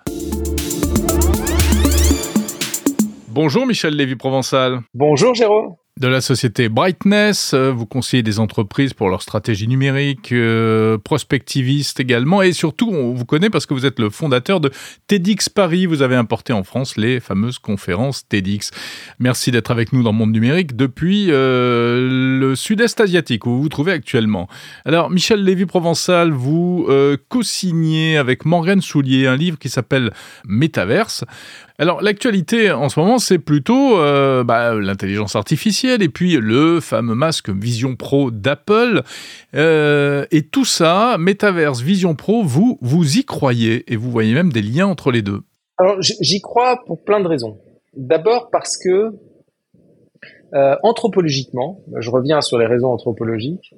Bonjour, Michel Lévy-Provençal. Bonjour, Jérôme. De la société Brightness, vous conseillez des entreprises pour leur stratégie numérique, prospectiviste également, et surtout, on vous connaît parce que vous êtes le fondateur de TEDx Paris. Vous avez importé en France les fameuses conférences TEDx. Merci d'être avec nous dans le monde numérique depuis le sud-est asiatique où vous vous trouvez actuellement. Alors, Michel Lévy-Provençal, vous co-signez avec Morgane Soulier un livre qui s'appelle Métaverse. Alors, l'actualité en ce moment, c'est plutôt l'intelligence artificielle et puis le fameux masque Vision Pro d'Apple. Et tout ça, Metaverse, Vision Pro, vous y croyez et vous voyez même des liens entre les deux. Alors, j'y crois pour plein de raisons. D'abord parce que, anthropologiquement, je reviens sur les raisons anthropologiques,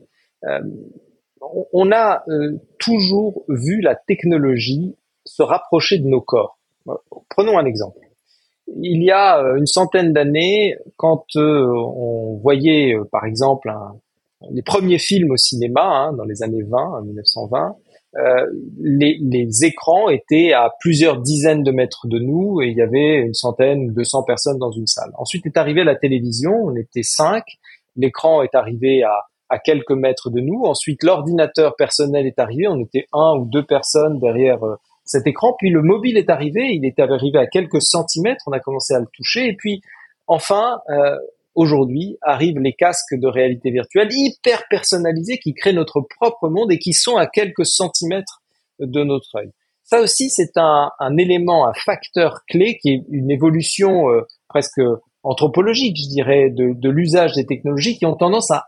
on a toujours vu la technologie se rapprocher de nos corps. Prenons un exemple. Il y a une centaine d'années, quand on voyait, par exemple, les premiers films au cinéma, dans les années 20, 1920, les écrans étaient à plusieurs dizaines de mètres de nous et il y avait une centaine ou 200 personnes dans une salle. Ensuite est arrivée la télévision, on était 5, l'écran est arrivé à quelques mètres de nous. Ensuite, l'ordinateur personnel est arrivé, on était 1 ou 2 personnes derrière cet écran, puis le mobile est arrivé, il est arrivé à quelques centimètres, on a commencé à le toucher, et puis enfin, aujourd'hui, arrivent les casques de réalité virtuelle hyper personnalisés qui créent notre propre monde et qui sont à quelques centimètres de notre œil. Ça aussi, c'est un élément, un facteur clé qui est une évolution presque anthropologique, je dirais, de l'usage des technologies qui ont tendance à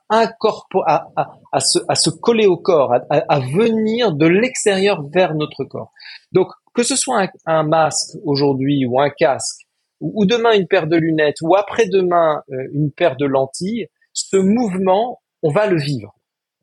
se coller au corps, à venir de l'extérieur vers notre corps. Donc, que ce soit un masque aujourd'hui ou un casque, ou demain une paire de lunettes, ou après-demain une paire de lentilles, ce mouvement, on va le vivre.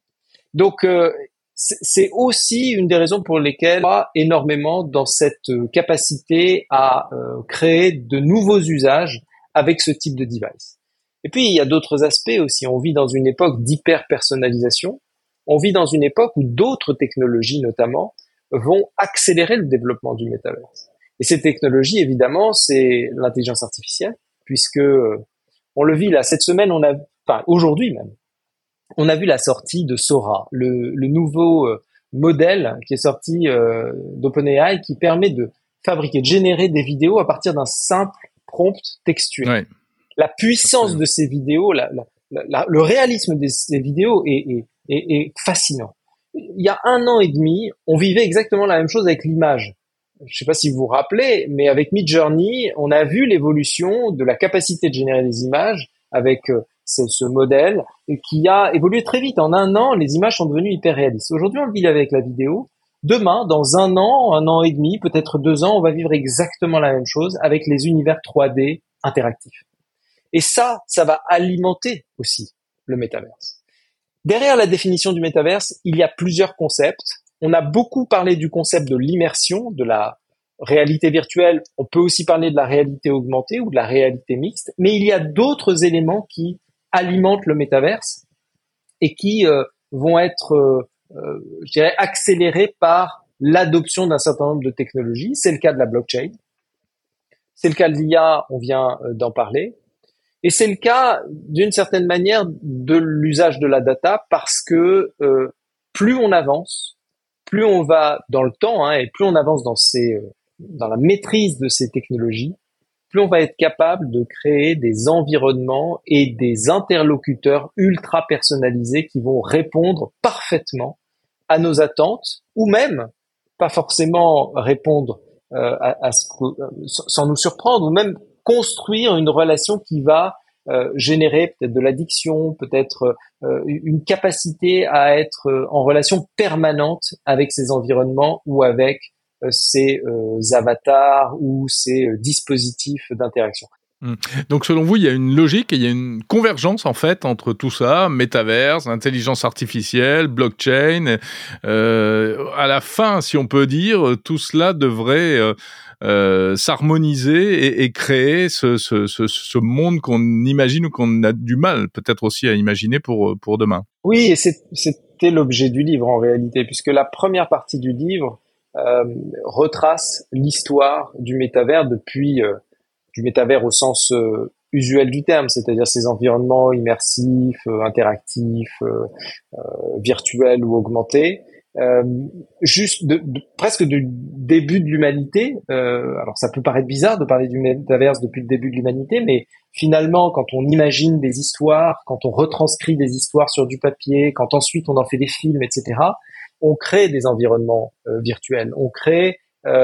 Donc, c'est aussi une des raisons pour lesquelles on croit énormément dans cette capacité à créer de nouveaux usages avec ce type de device. Et puis, il y a d'autres aspects aussi. On vit dans une époque d'hyper-personnalisation. On vit dans une époque où d'autres technologies, notamment, vont accélérer le développement du métaverse. Et ces technologies, évidemment, c'est l'intelligence artificielle, puisque on le vit là. Cette semaine, aujourd'hui même, on a vu la sortie de Sora, le nouveau modèle qui est sorti d'OpenAI qui permet de générer des vidéos à partir d'un simple prompt textuel. Ouais. La puissance de ces vidéos, le réalisme de ces vidéos est fascinant. Il y a 1 an et demi, on vivait exactement la même chose avec l'image. Je ne sais pas si vous vous rappelez, mais avec Midjourney, on a vu l'évolution de la capacité de générer des images avec ce modèle qui a évolué très vite. En 1 an, les images sont devenues hyper réalistes. Aujourd'hui, on le vit avec la vidéo. Demain, dans 1 an, 1 an et demi, peut-être 2 ans, on va vivre exactement la même chose avec les univers 3D interactifs. Et ça va alimenter aussi le métaverse. Derrière la définition du métaverse, il y a plusieurs concepts. On a beaucoup parlé du concept de l'immersion, de la réalité virtuelle. On peut aussi parler de la réalité augmentée ou de la réalité mixte. Mais il y a d'autres éléments qui alimentent le métaverse et qui vont être je dirais, accéléré par l'adoption d'un certain nombre de technologies. C'est le cas de la blockchain. C'est le cas de l'IA, on vient d'en parler. Et c'est le cas, d'une certaine manière, de l'usage de la data parce que plus on avance, plus on va dans le temps et plus on avance dans la maîtrise de ces technologies, plus on va être capable de créer des environnements et des interlocuteurs ultra personnalisés qui vont répondre parfaitement à nos attentes, ou même pas forcément répondre à ce que, sans nous surprendre, ou même construire une relation qui va générer peut-être de l'addiction, peut-être une capacité à être en relation permanente avec ces environnements ou avec ces avatars ou ces dispositifs d'interaction. Donc selon vous, il y a une logique et il y a une convergence en fait entre tout ça, métaverse, intelligence artificielle, blockchain. À la fin, si on peut dire, tout cela devrait s'harmoniser et créer ce monde qu'on imagine ou qu'on a du mal peut-être aussi à imaginer pour demain. Oui, et c'était l'objet du livre en réalité, puisque la première partie du livre retrace l'histoire du métavers depuis du métavers au sens usuel du terme, c'est-à-dire ces environnements immersifs, interactifs, virtuels ou augmentés, juste presque du début de l'humanité. Alors ça peut paraître bizarre de parler du métaverse depuis le début de l'humanité, mais finalement, quand on imagine des histoires, quand on retranscrit des histoires sur du papier, quand ensuite on en fait des films, etc., on crée des environnements virtuels, on crée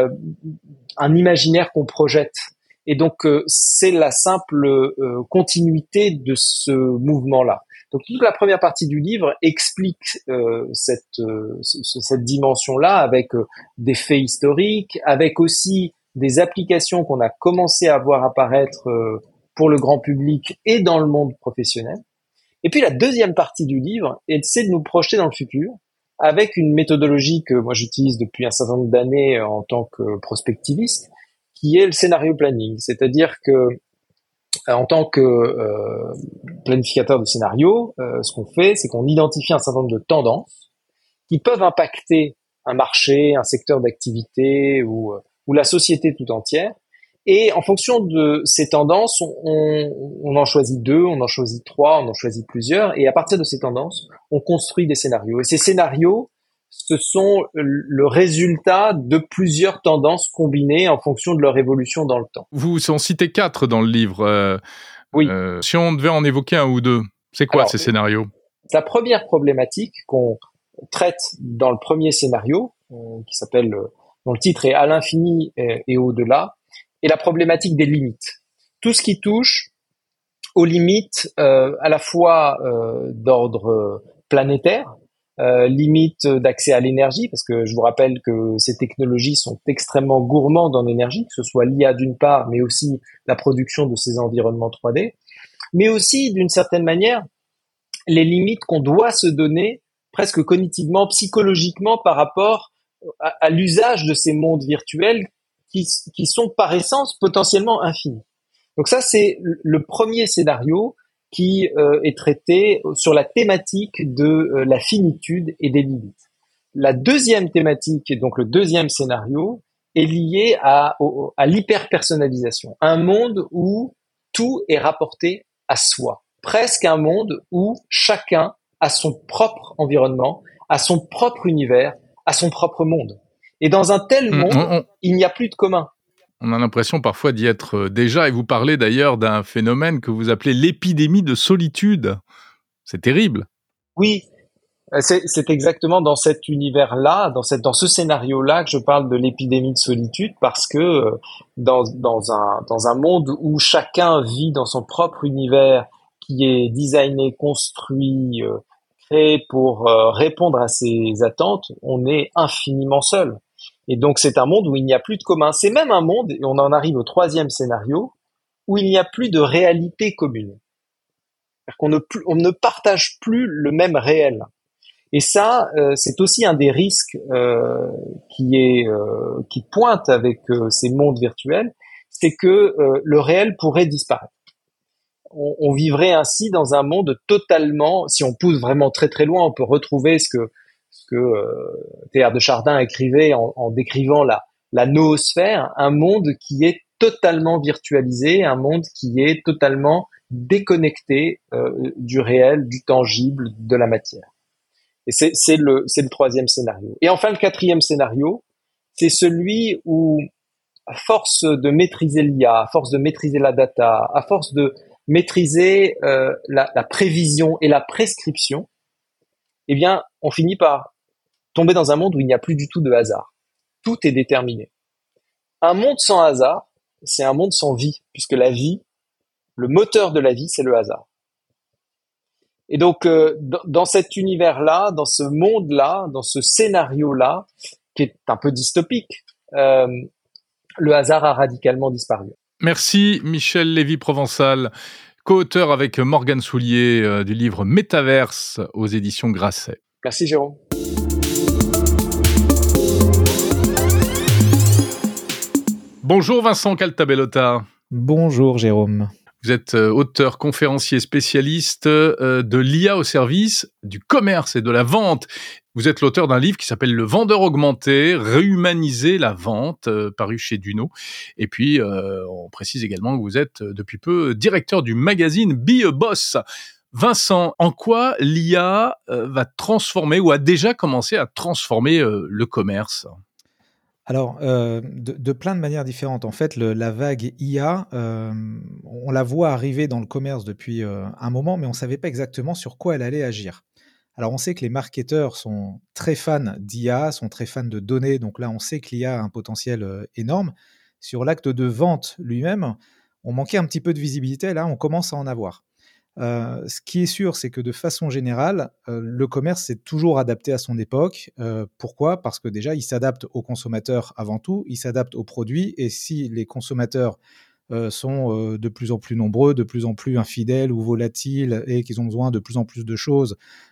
un imaginaire qu'on projette. Et donc, c'est la simple continuité de ce mouvement-là. Donc, toute la première partie du livre explique cette dimension-là avec des faits historiques, avec aussi des applications qu'on a commencé à voir apparaître pour le grand public et dans le monde professionnel. Et puis, la deuxième partie du livre, c'est de nous projeter dans le futur avec une méthodologie que moi j'utilise depuis un certain nombre d'années en tant que prospectiviste, qui est le scénario planning. C'est-à-dire que, en tant que planificateur de scénario, ce qu'on fait, c'est qu'on identifie un certain nombre de tendances qui peuvent impacter un marché, un secteur d'activité ou la société tout entière. Et en fonction de ces tendances, on en choisit 2, on en choisit 3, on en choisit plusieurs. Et à partir de ces tendances, on construit des scénarios. Et ces scénarios, ce sont le résultat de plusieurs tendances combinées en fonction de leur évolution dans le temps. Vous en citez 4 dans le livre. Oui. Si on devait en évoquer un ou deux, c'est quoi ces scénarios ? La première problématique qu'on traite dans le premier scénario, qui s'appelle, dont le titre est « À l'infini et au-delà », est la problématique des limites. Tout ce qui touche aux limites à la fois d'ordre planétaire, limite d'accès à l'énergie, parce que je vous rappelle que ces technologies sont extrêmement gourmandes en énergie, que ce soit l'IA d'une part, mais aussi la production de ces environnements 3D, mais aussi d'une certaine manière les limites qu'on doit se donner presque cognitivement, psychologiquement par rapport à l'usage de ces mondes virtuels qui sont par essence potentiellement infinis. Donc ça, c'est le premier scénario qui est traité sur la thématique de la finitude et des limites. La deuxième thématique, et donc le deuxième scénario, est lié à l'hyper-personnalisation. Un monde où tout est rapporté à soi. Presque un monde où chacun a son propre environnement, a son propre univers, a son propre monde. Et dans un tel monde, il n'y a plus de commun. On a l'impression parfois d'y être déjà, et vous parlez d'ailleurs d'un phénomène que vous appelez l'épidémie de solitude. C'est terrible. Oui, c'est exactement dans cet univers-là, dans ce scénario-là que je parle de l'épidémie de solitude, parce que dans un monde où chacun vit dans son propre univers, qui est designé, construit, créé pour répondre à ses attentes, on est infiniment seul. Et donc, c'est un monde où il n'y a plus de commun. C'est même un monde, et on en arrive au troisième scénario, où il n'y a plus de réalité commune. C'est-à-dire qu'on ne partage plus le même réel. Et ça, c'est aussi un des risques qui pointe avec ces mondes virtuels, c'est que le réel pourrait disparaître. On vivrait ainsi dans un monde totalement, si on pousse vraiment très très loin, on peut retrouver ce que Théard de Chardin écrivait en décrivant la noosphère, un monde qui est totalement virtualisé, un monde qui est totalement déconnecté du réel, du tangible, de la matière. Et c'est le troisième scénario. Et enfin, le quatrième scénario, c'est celui où à force de maîtriser l'IA, à force de maîtriser la data, à force de maîtriser la prévision et la prescription, eh bien, on finit par tomber dans un monde où il n'y a plus du tout de hasard. Tout est déterminé. Un monde sans hasard, c'est un monde sans vie, puisque la vie, le moteur de la vie, c'est le hasard. Et donc, dans cet univers-là, dans ce monde-là, dans ce scénario-là, qui est un peu dystopique, le hasard a radicalement disparu. Merci Michel Lévy-Provençal, co-auteur avec Morgane Soulier du livre Métaverse aux éditions Grasset. Merci Jérôme. Bonjour Vincent Caltabellota. Bonjour Jérôme. Vous êtes auteur, conférencier, spécialiste de l'IA au service du commerce et de la vente. Vous êtes l'auteur d'un livre qui s'appelle Le Vendeur Augmenté, réhumaniser la vente, paru chez Duno. Et puis, on précise également que vous êtes depuis peu directeur du magazine Be a Boss. Vincent, en quoi l'IA va transformer ou a déjà commencé à transformer le commerce ? Alors, de plein de manières différentes. En fait, la vague IA, on la voit arriver dans le commerce depuis un moment, mais on ne savait pas exactement sur quoi elle allait agir. Alors, on sait que les marketeurs sont très fans d'IA, sont très fans de données, donc là, on sait que l'IA a un potentiel énorme. Sur l'acte de vente lui-même, on manquait un petit peu de visibilité, là, on commence à en avoir. Ce qui est sûr, c'est que de façon générale, le commerce s'est toujours adapté à son époque. Pourquoi ? Parce que déjà, il s'adapte aux consommateurs avant tout, il s'adapte aux produits, et si les consommateurs sont de plus en plus nombreux, de plus en plus infidèles ou volatiles, et qu'ils ont besoin de plus en plus de choses,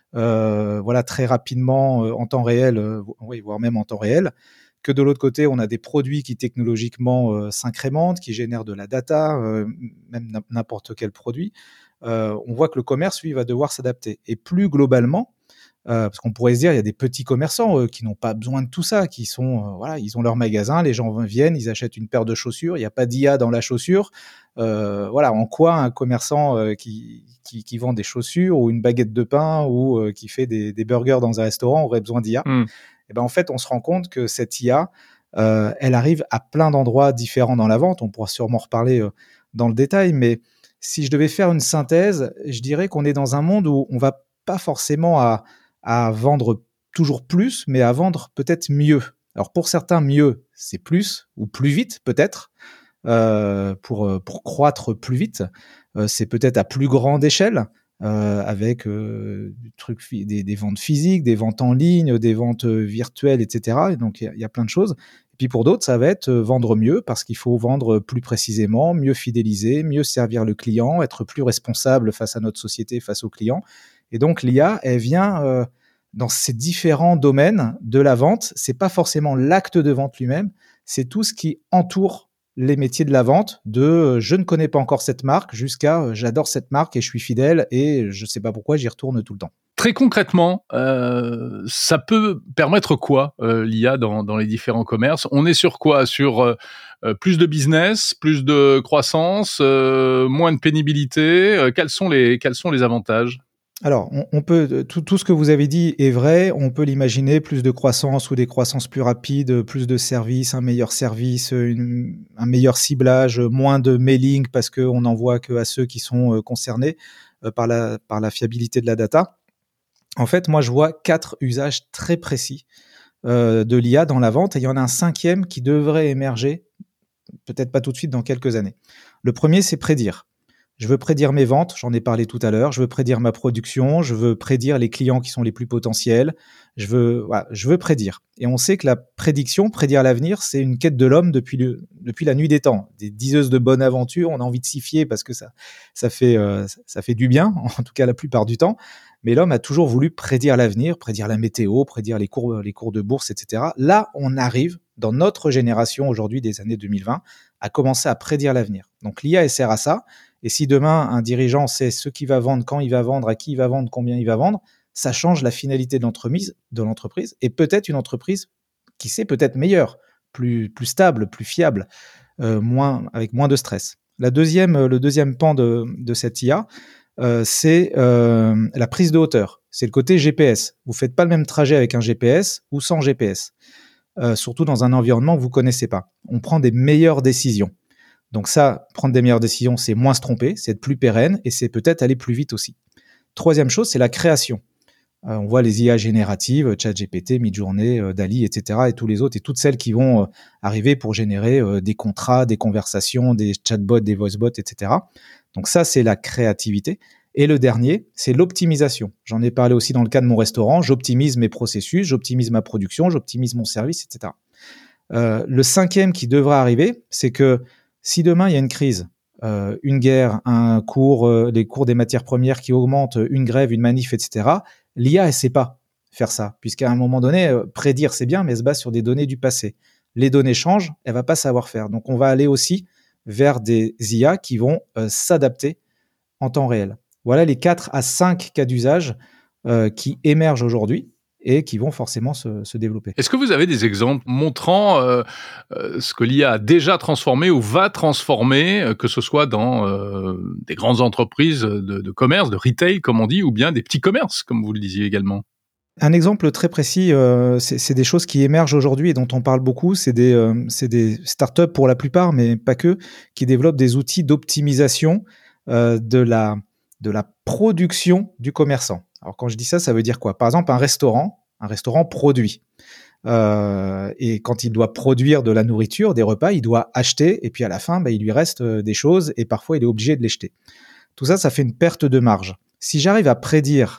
très rapidement, en temps réel, voire même en temps réel, que de l'autre côté, on a des produits qui technologiquement s'incrémentent, qui génèrent de la data, même n'importe quel produit, on voit que le commerce, lui, va devoir s'adapter. Et plus globalement, parce qu'on pourrait se dire, il y a des petits commerçants qui n'ont pas besoin de tout ça, qui sont, ils ont leur magasin, les gens viennent, ils achètent une paire de chaussures, il n'y a pas d'IA dans la chaussure. En quoi un commerçant qui vend des chaussures ou une baguette de pain ou qui fait des burgers dans un restaurant aurait besoin d'IA ? Et ben en fait, on se rend compte que cette IA, elle arrive à plein d'endroits différents dans la vente. On pourra sûrement reparler dans le détail, mais si je devais faire une synthèse, je dirais qu'on est dans un monde où on va pas forcément à vendre toujours plus, mais à vendre peut-être mieux. Alors pour certains, mieux, c'est plus ou plus vite peut-être, pour croître plus vite. C'est peut-être à plus grande échelle, avec des ventes physiques, des ventes en ligne, des ventes virtuelles, etc. Et donc il y a plein de choses. Et puis pour d'autres, ça va être vendre mieux, parce qu'il faut vendre plus précisément, mieux fidéliser, mieux servir le client, être plus responsable face à notre société, face aux clients. Et donc l'IA, elle vient dans ces différents domaines de la vente. C'est pas forcément l'acte de vente lui-même, c'est tout ce qui entoure les métiers de la vente, de je ne connais pas encore cette marque jusqu'à j'adore cette marque et je suis fidèle et je sais pas pourquoi j'y retourne tout le temps. Très concrètement, ça peut permettre quoi, l'IA dans les différents commerces ? On est sur quoi ? Sur plus de business, plus de croissance, moins de pénibilité ? Quels sont les avantages ? Alors, on peut tout ce que vous avez dit est vrai. On peut l'imaginer, plus de croissance ou des croissances plus rapides, plus de services, un meilleur service, un meilleur ciblage, moins de mailing parce qu'on n'envoie que à ceux qui sont concernés par la fiabilité de la data. En fait, moi, je vois 4 usages très précis de l'IA dans la vente, et il y en a un 5e qui devrait émerger, peut-être pas tout de suite, dans quelques années. Le premier, c'est prédire. Je veux prédire mes ventes, j'en ai parlé tout à l'heure, je veux prédire ma production, je veux prédire les clients qui sont les plus potentiels, je veux prédire. Et on sait que la prédiction, prédire l'avenir, c'est une quête de l'homme depuis la nuit des temps. Des diseuses de bonne aventure, on a envie de s'y fier parce que ça fait du bien, en tout cas la plupart du temps. Mais l'homme a toujours voulu prédire l'avenir, prédire la météo, prédire les cours de bourse, etc. Là, on arrive, dans notre génération aujourd'hui des années 2020, à commencer à prédire l'avenir. Donc l'IA, elle sert à ça. Et si demain, un dirigeant sait ce qu'il va vendre, quand il va vendre, à qui il va vendre, combien il va vendre, ça change la finalité de l'entreprise, et peut-être une entreprise qui sait peut-être meilleure, plus stable, plus fiable, avec moins de stress. Le deuxième pan de cette IA, c'est la prise de hauteur. C'est le côté GPS. Vous faites pas le même trajet avec un GPS ou sans GPS. surtout dans un environnement que vous connaissez pas. On prend des meilleures décisions. Donc ça, prendre des meilleures décisions, c'est moins se tromper, c'est être plus pérenne et c'est peut-être aller plus vite aussi. Troisième chose, c'est la création. On voit les IA génératives, ChatGPT, Midjourney, DALL-E, etc. et tous les autres, et toutes celles qui vont arriver pour générer des contrats, des conversations, des chatbots, des voicebots, etc. Donc ça, c'est la créativité. Et le dernier, c'est l'optimisation. J'en ai parlé aussi dans le cas de mon restaurant. J'optimise mes processus, j'optimise ma production, j'optimise mon service, etc. Le cinquième qui devra arriver, c'est que si demain il y a une crise, une guerre, les cours des matières premières qui augmentent, une grève, une manif, etc., l'IA, elle ne sait pas faire ça, puisqu'à un moment donné, prédire, c'est bien, mais elle se base sur des données du passé. Les données changent, elle ne va pas savoir faire. Donc, on va aller aussi vers des IA qui vont s'adapter en temps réel. Voilà les 4 à 5 cas d'usage qui émergent aujourd'hui et qui vont forcément se développer. Est-ce que vous avez des exemples montrant ce que l'IA a déjà transformé ou va transformer, que ce soit dans des grandes entreprises de commerce, de retail, comme on dit, ou bien des petits commerces, comme vous le disiez également? Un exemple très précis, c'est des choses qui émergent aujourd'hui et dont on parle beaucoup. C'est des startups pour la plupart, mais pas que, qui développent des outils d'optimisation de la production du commerçant. Alors quand je dis ça, ça veut dire quoi? Par exemple, un restaurant produit. Et quand il doit produire de la nourriture, des repas, il doit acheter et puis à la fin, il lui reste des choses et parfois il est obligé de les jeter. Tout ça, ça fait une perte de marge. Si j'arrive à prédire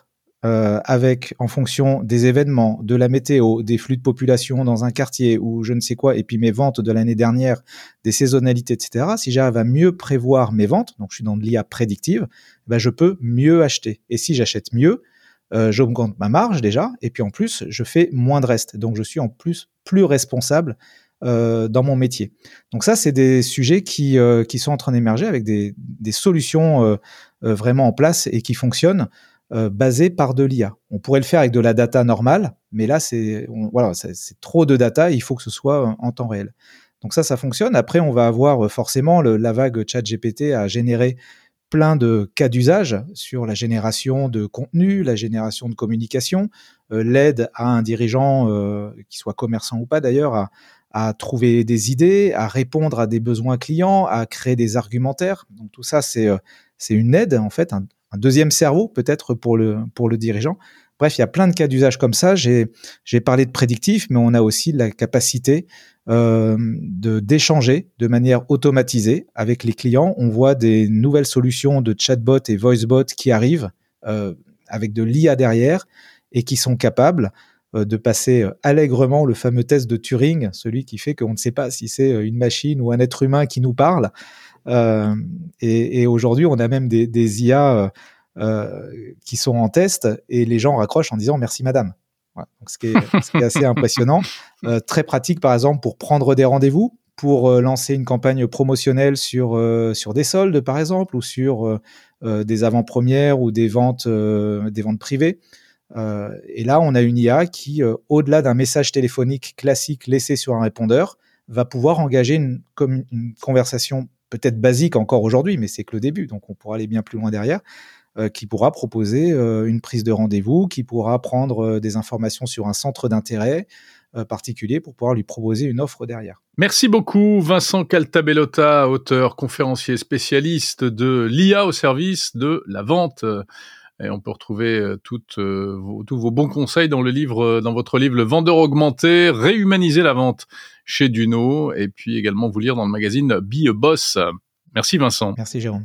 en fonction des événements, de la météo, des flux de population dans un quartier ou je ne sais quoi, et puis mes ventes de l'année dernière, des saisonnalités, etc., si j'arrive à mieux prévoir mes ventes, donc je suis dans de l'IA prédictive, je peux mieux acheter. Et si j'achète mieux, j'augmente ma marge déjà, et puis en plus, je fais moins de reste. Donc je suis en plus responsable dans mon métier. Donc ça, c'est des sujets qui sont en train d'émerger avec des solutions vraiment en place et qui fonctionnent, basé par de l'IA. On pourrait le faire avec de la data normale, mais là, c'est trop de data, il faut que ce soit en temps réel. Donc ça fonctionne. Après, on va avoir forcément la vague ChatGPT à générer plein de cas d'usage sur la génération de contenu, la génération de communication, l'aide à un dirigeant, qui soit commerçant ou pas d'ailleurs, à trouver des idées, à répondre à des besoins clients, à créer des argumentaires. Donc tout ça, c'est une aide, en fait, un deuxième cerveau peut-être pour le dirigeant. Bref, il y a plein de cas d'usage comme ça. J'ai parlé de prédictif, mais on a aussi la capacité d'échanger de manière automatisée avec les clients. On voit des nouvelles solutions de chatbot et voicebot qui arrivent avec de l'IA derrière et qui sont capables de passer allègrement le fameux test de Turing, celui qui fait qu'on ne sait pas si c'est une machine ou un être humain qui nous parle. Et aujourd'hui, on a même des IA qui sont en test et les gens raccrochent en disant « merci madame ». Voilà. Donc, ce qui est assez impressionnant. Très pratique, par exemple, pour prendre des rendez-vous, pour lancer une campagne promotionnelle sur des soldes, par exemple, ou sur des avant-premières ou des ventes privées. Et là, on a une IA qui, au-delà d'un message téléphonique classique laissé sur un répondeur, va pouvoir engager une conversation peut-être basique encore aujourd'hui, mais c'est que le début, donc on pourra aller bien plus loin derrière, qui pourra proposer une prise de rendez-vous, qui pourra prendre des informations sur un centre d'intérêt particulier pour pouvoir lui proposer une offre derrière. Merci beaucoup Vincent Caltabellota, auteur, conférencier, spécialiste de l'IA au service de la vente. Et on peut retrouver tous vos bons conseils dans votre livre Le Vendeur Augmenté, réhumaniser la vente chez Duno, et puis également vous lire dans le magazine Be a Boss. Merci Vincent. Merci Jérôme.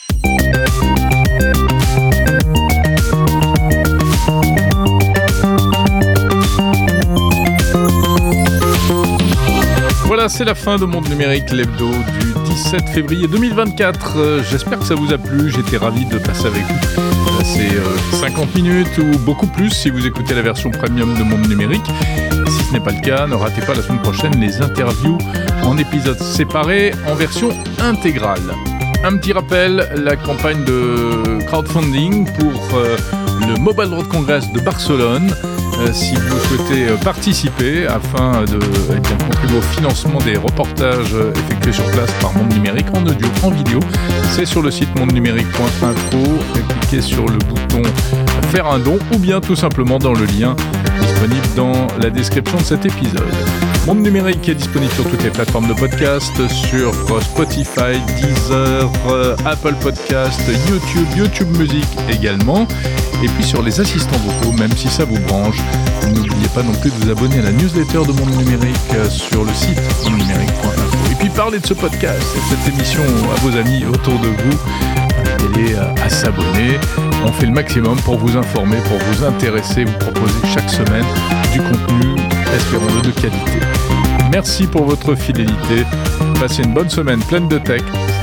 Voilà, c'est la fin de Monde Numérique, l'hebdo du 17 février 2024. J'espère que ça vous a plu, j'étais ravi de passer avec vous ces 50 minutes ou beaucoup plus si vous écoutez la version premium de Monde Numérique. Si ce n'est pas le cas, ne ratez pas la semaine prochaine les interviews en épisodes séparés en version intégrale. Un petit rappel, la campagne de crowdfunding pour le Mobile World Congress de Barcelone. Si vous souhaitez participer afin de contribuer au financement des reportages effectués sur place par Monde Numérique en audio, en vidéo, c'est sur le site mondenumérique.info. Cliquez sur le bouton faire un don ou bien tout simplement dans le lien disponible dans la description de cet épisode. Monde Numérique est disponible sur toutes les plateformes de podcast, sur Spotify, Deezer, Apple Podcast, YouTube Music également, et puis sur les assistants vocaux, même si ça vous branche. N'oubliez pas non plus de vous abonner à la newsletter de Monde Numérique sur le site mondenumérique.info. Et puis parlez de ce podcast et de cette émission à vos amis autour de vous. Aidez-les à s'abonner. On fait le maximum pour vous informer, pour vous intéresser, vous proposer chaque semaine du contenu, espérons-le, de qualité. Merci pour votre fidélité. Passez une bonne semaine pleine de tech.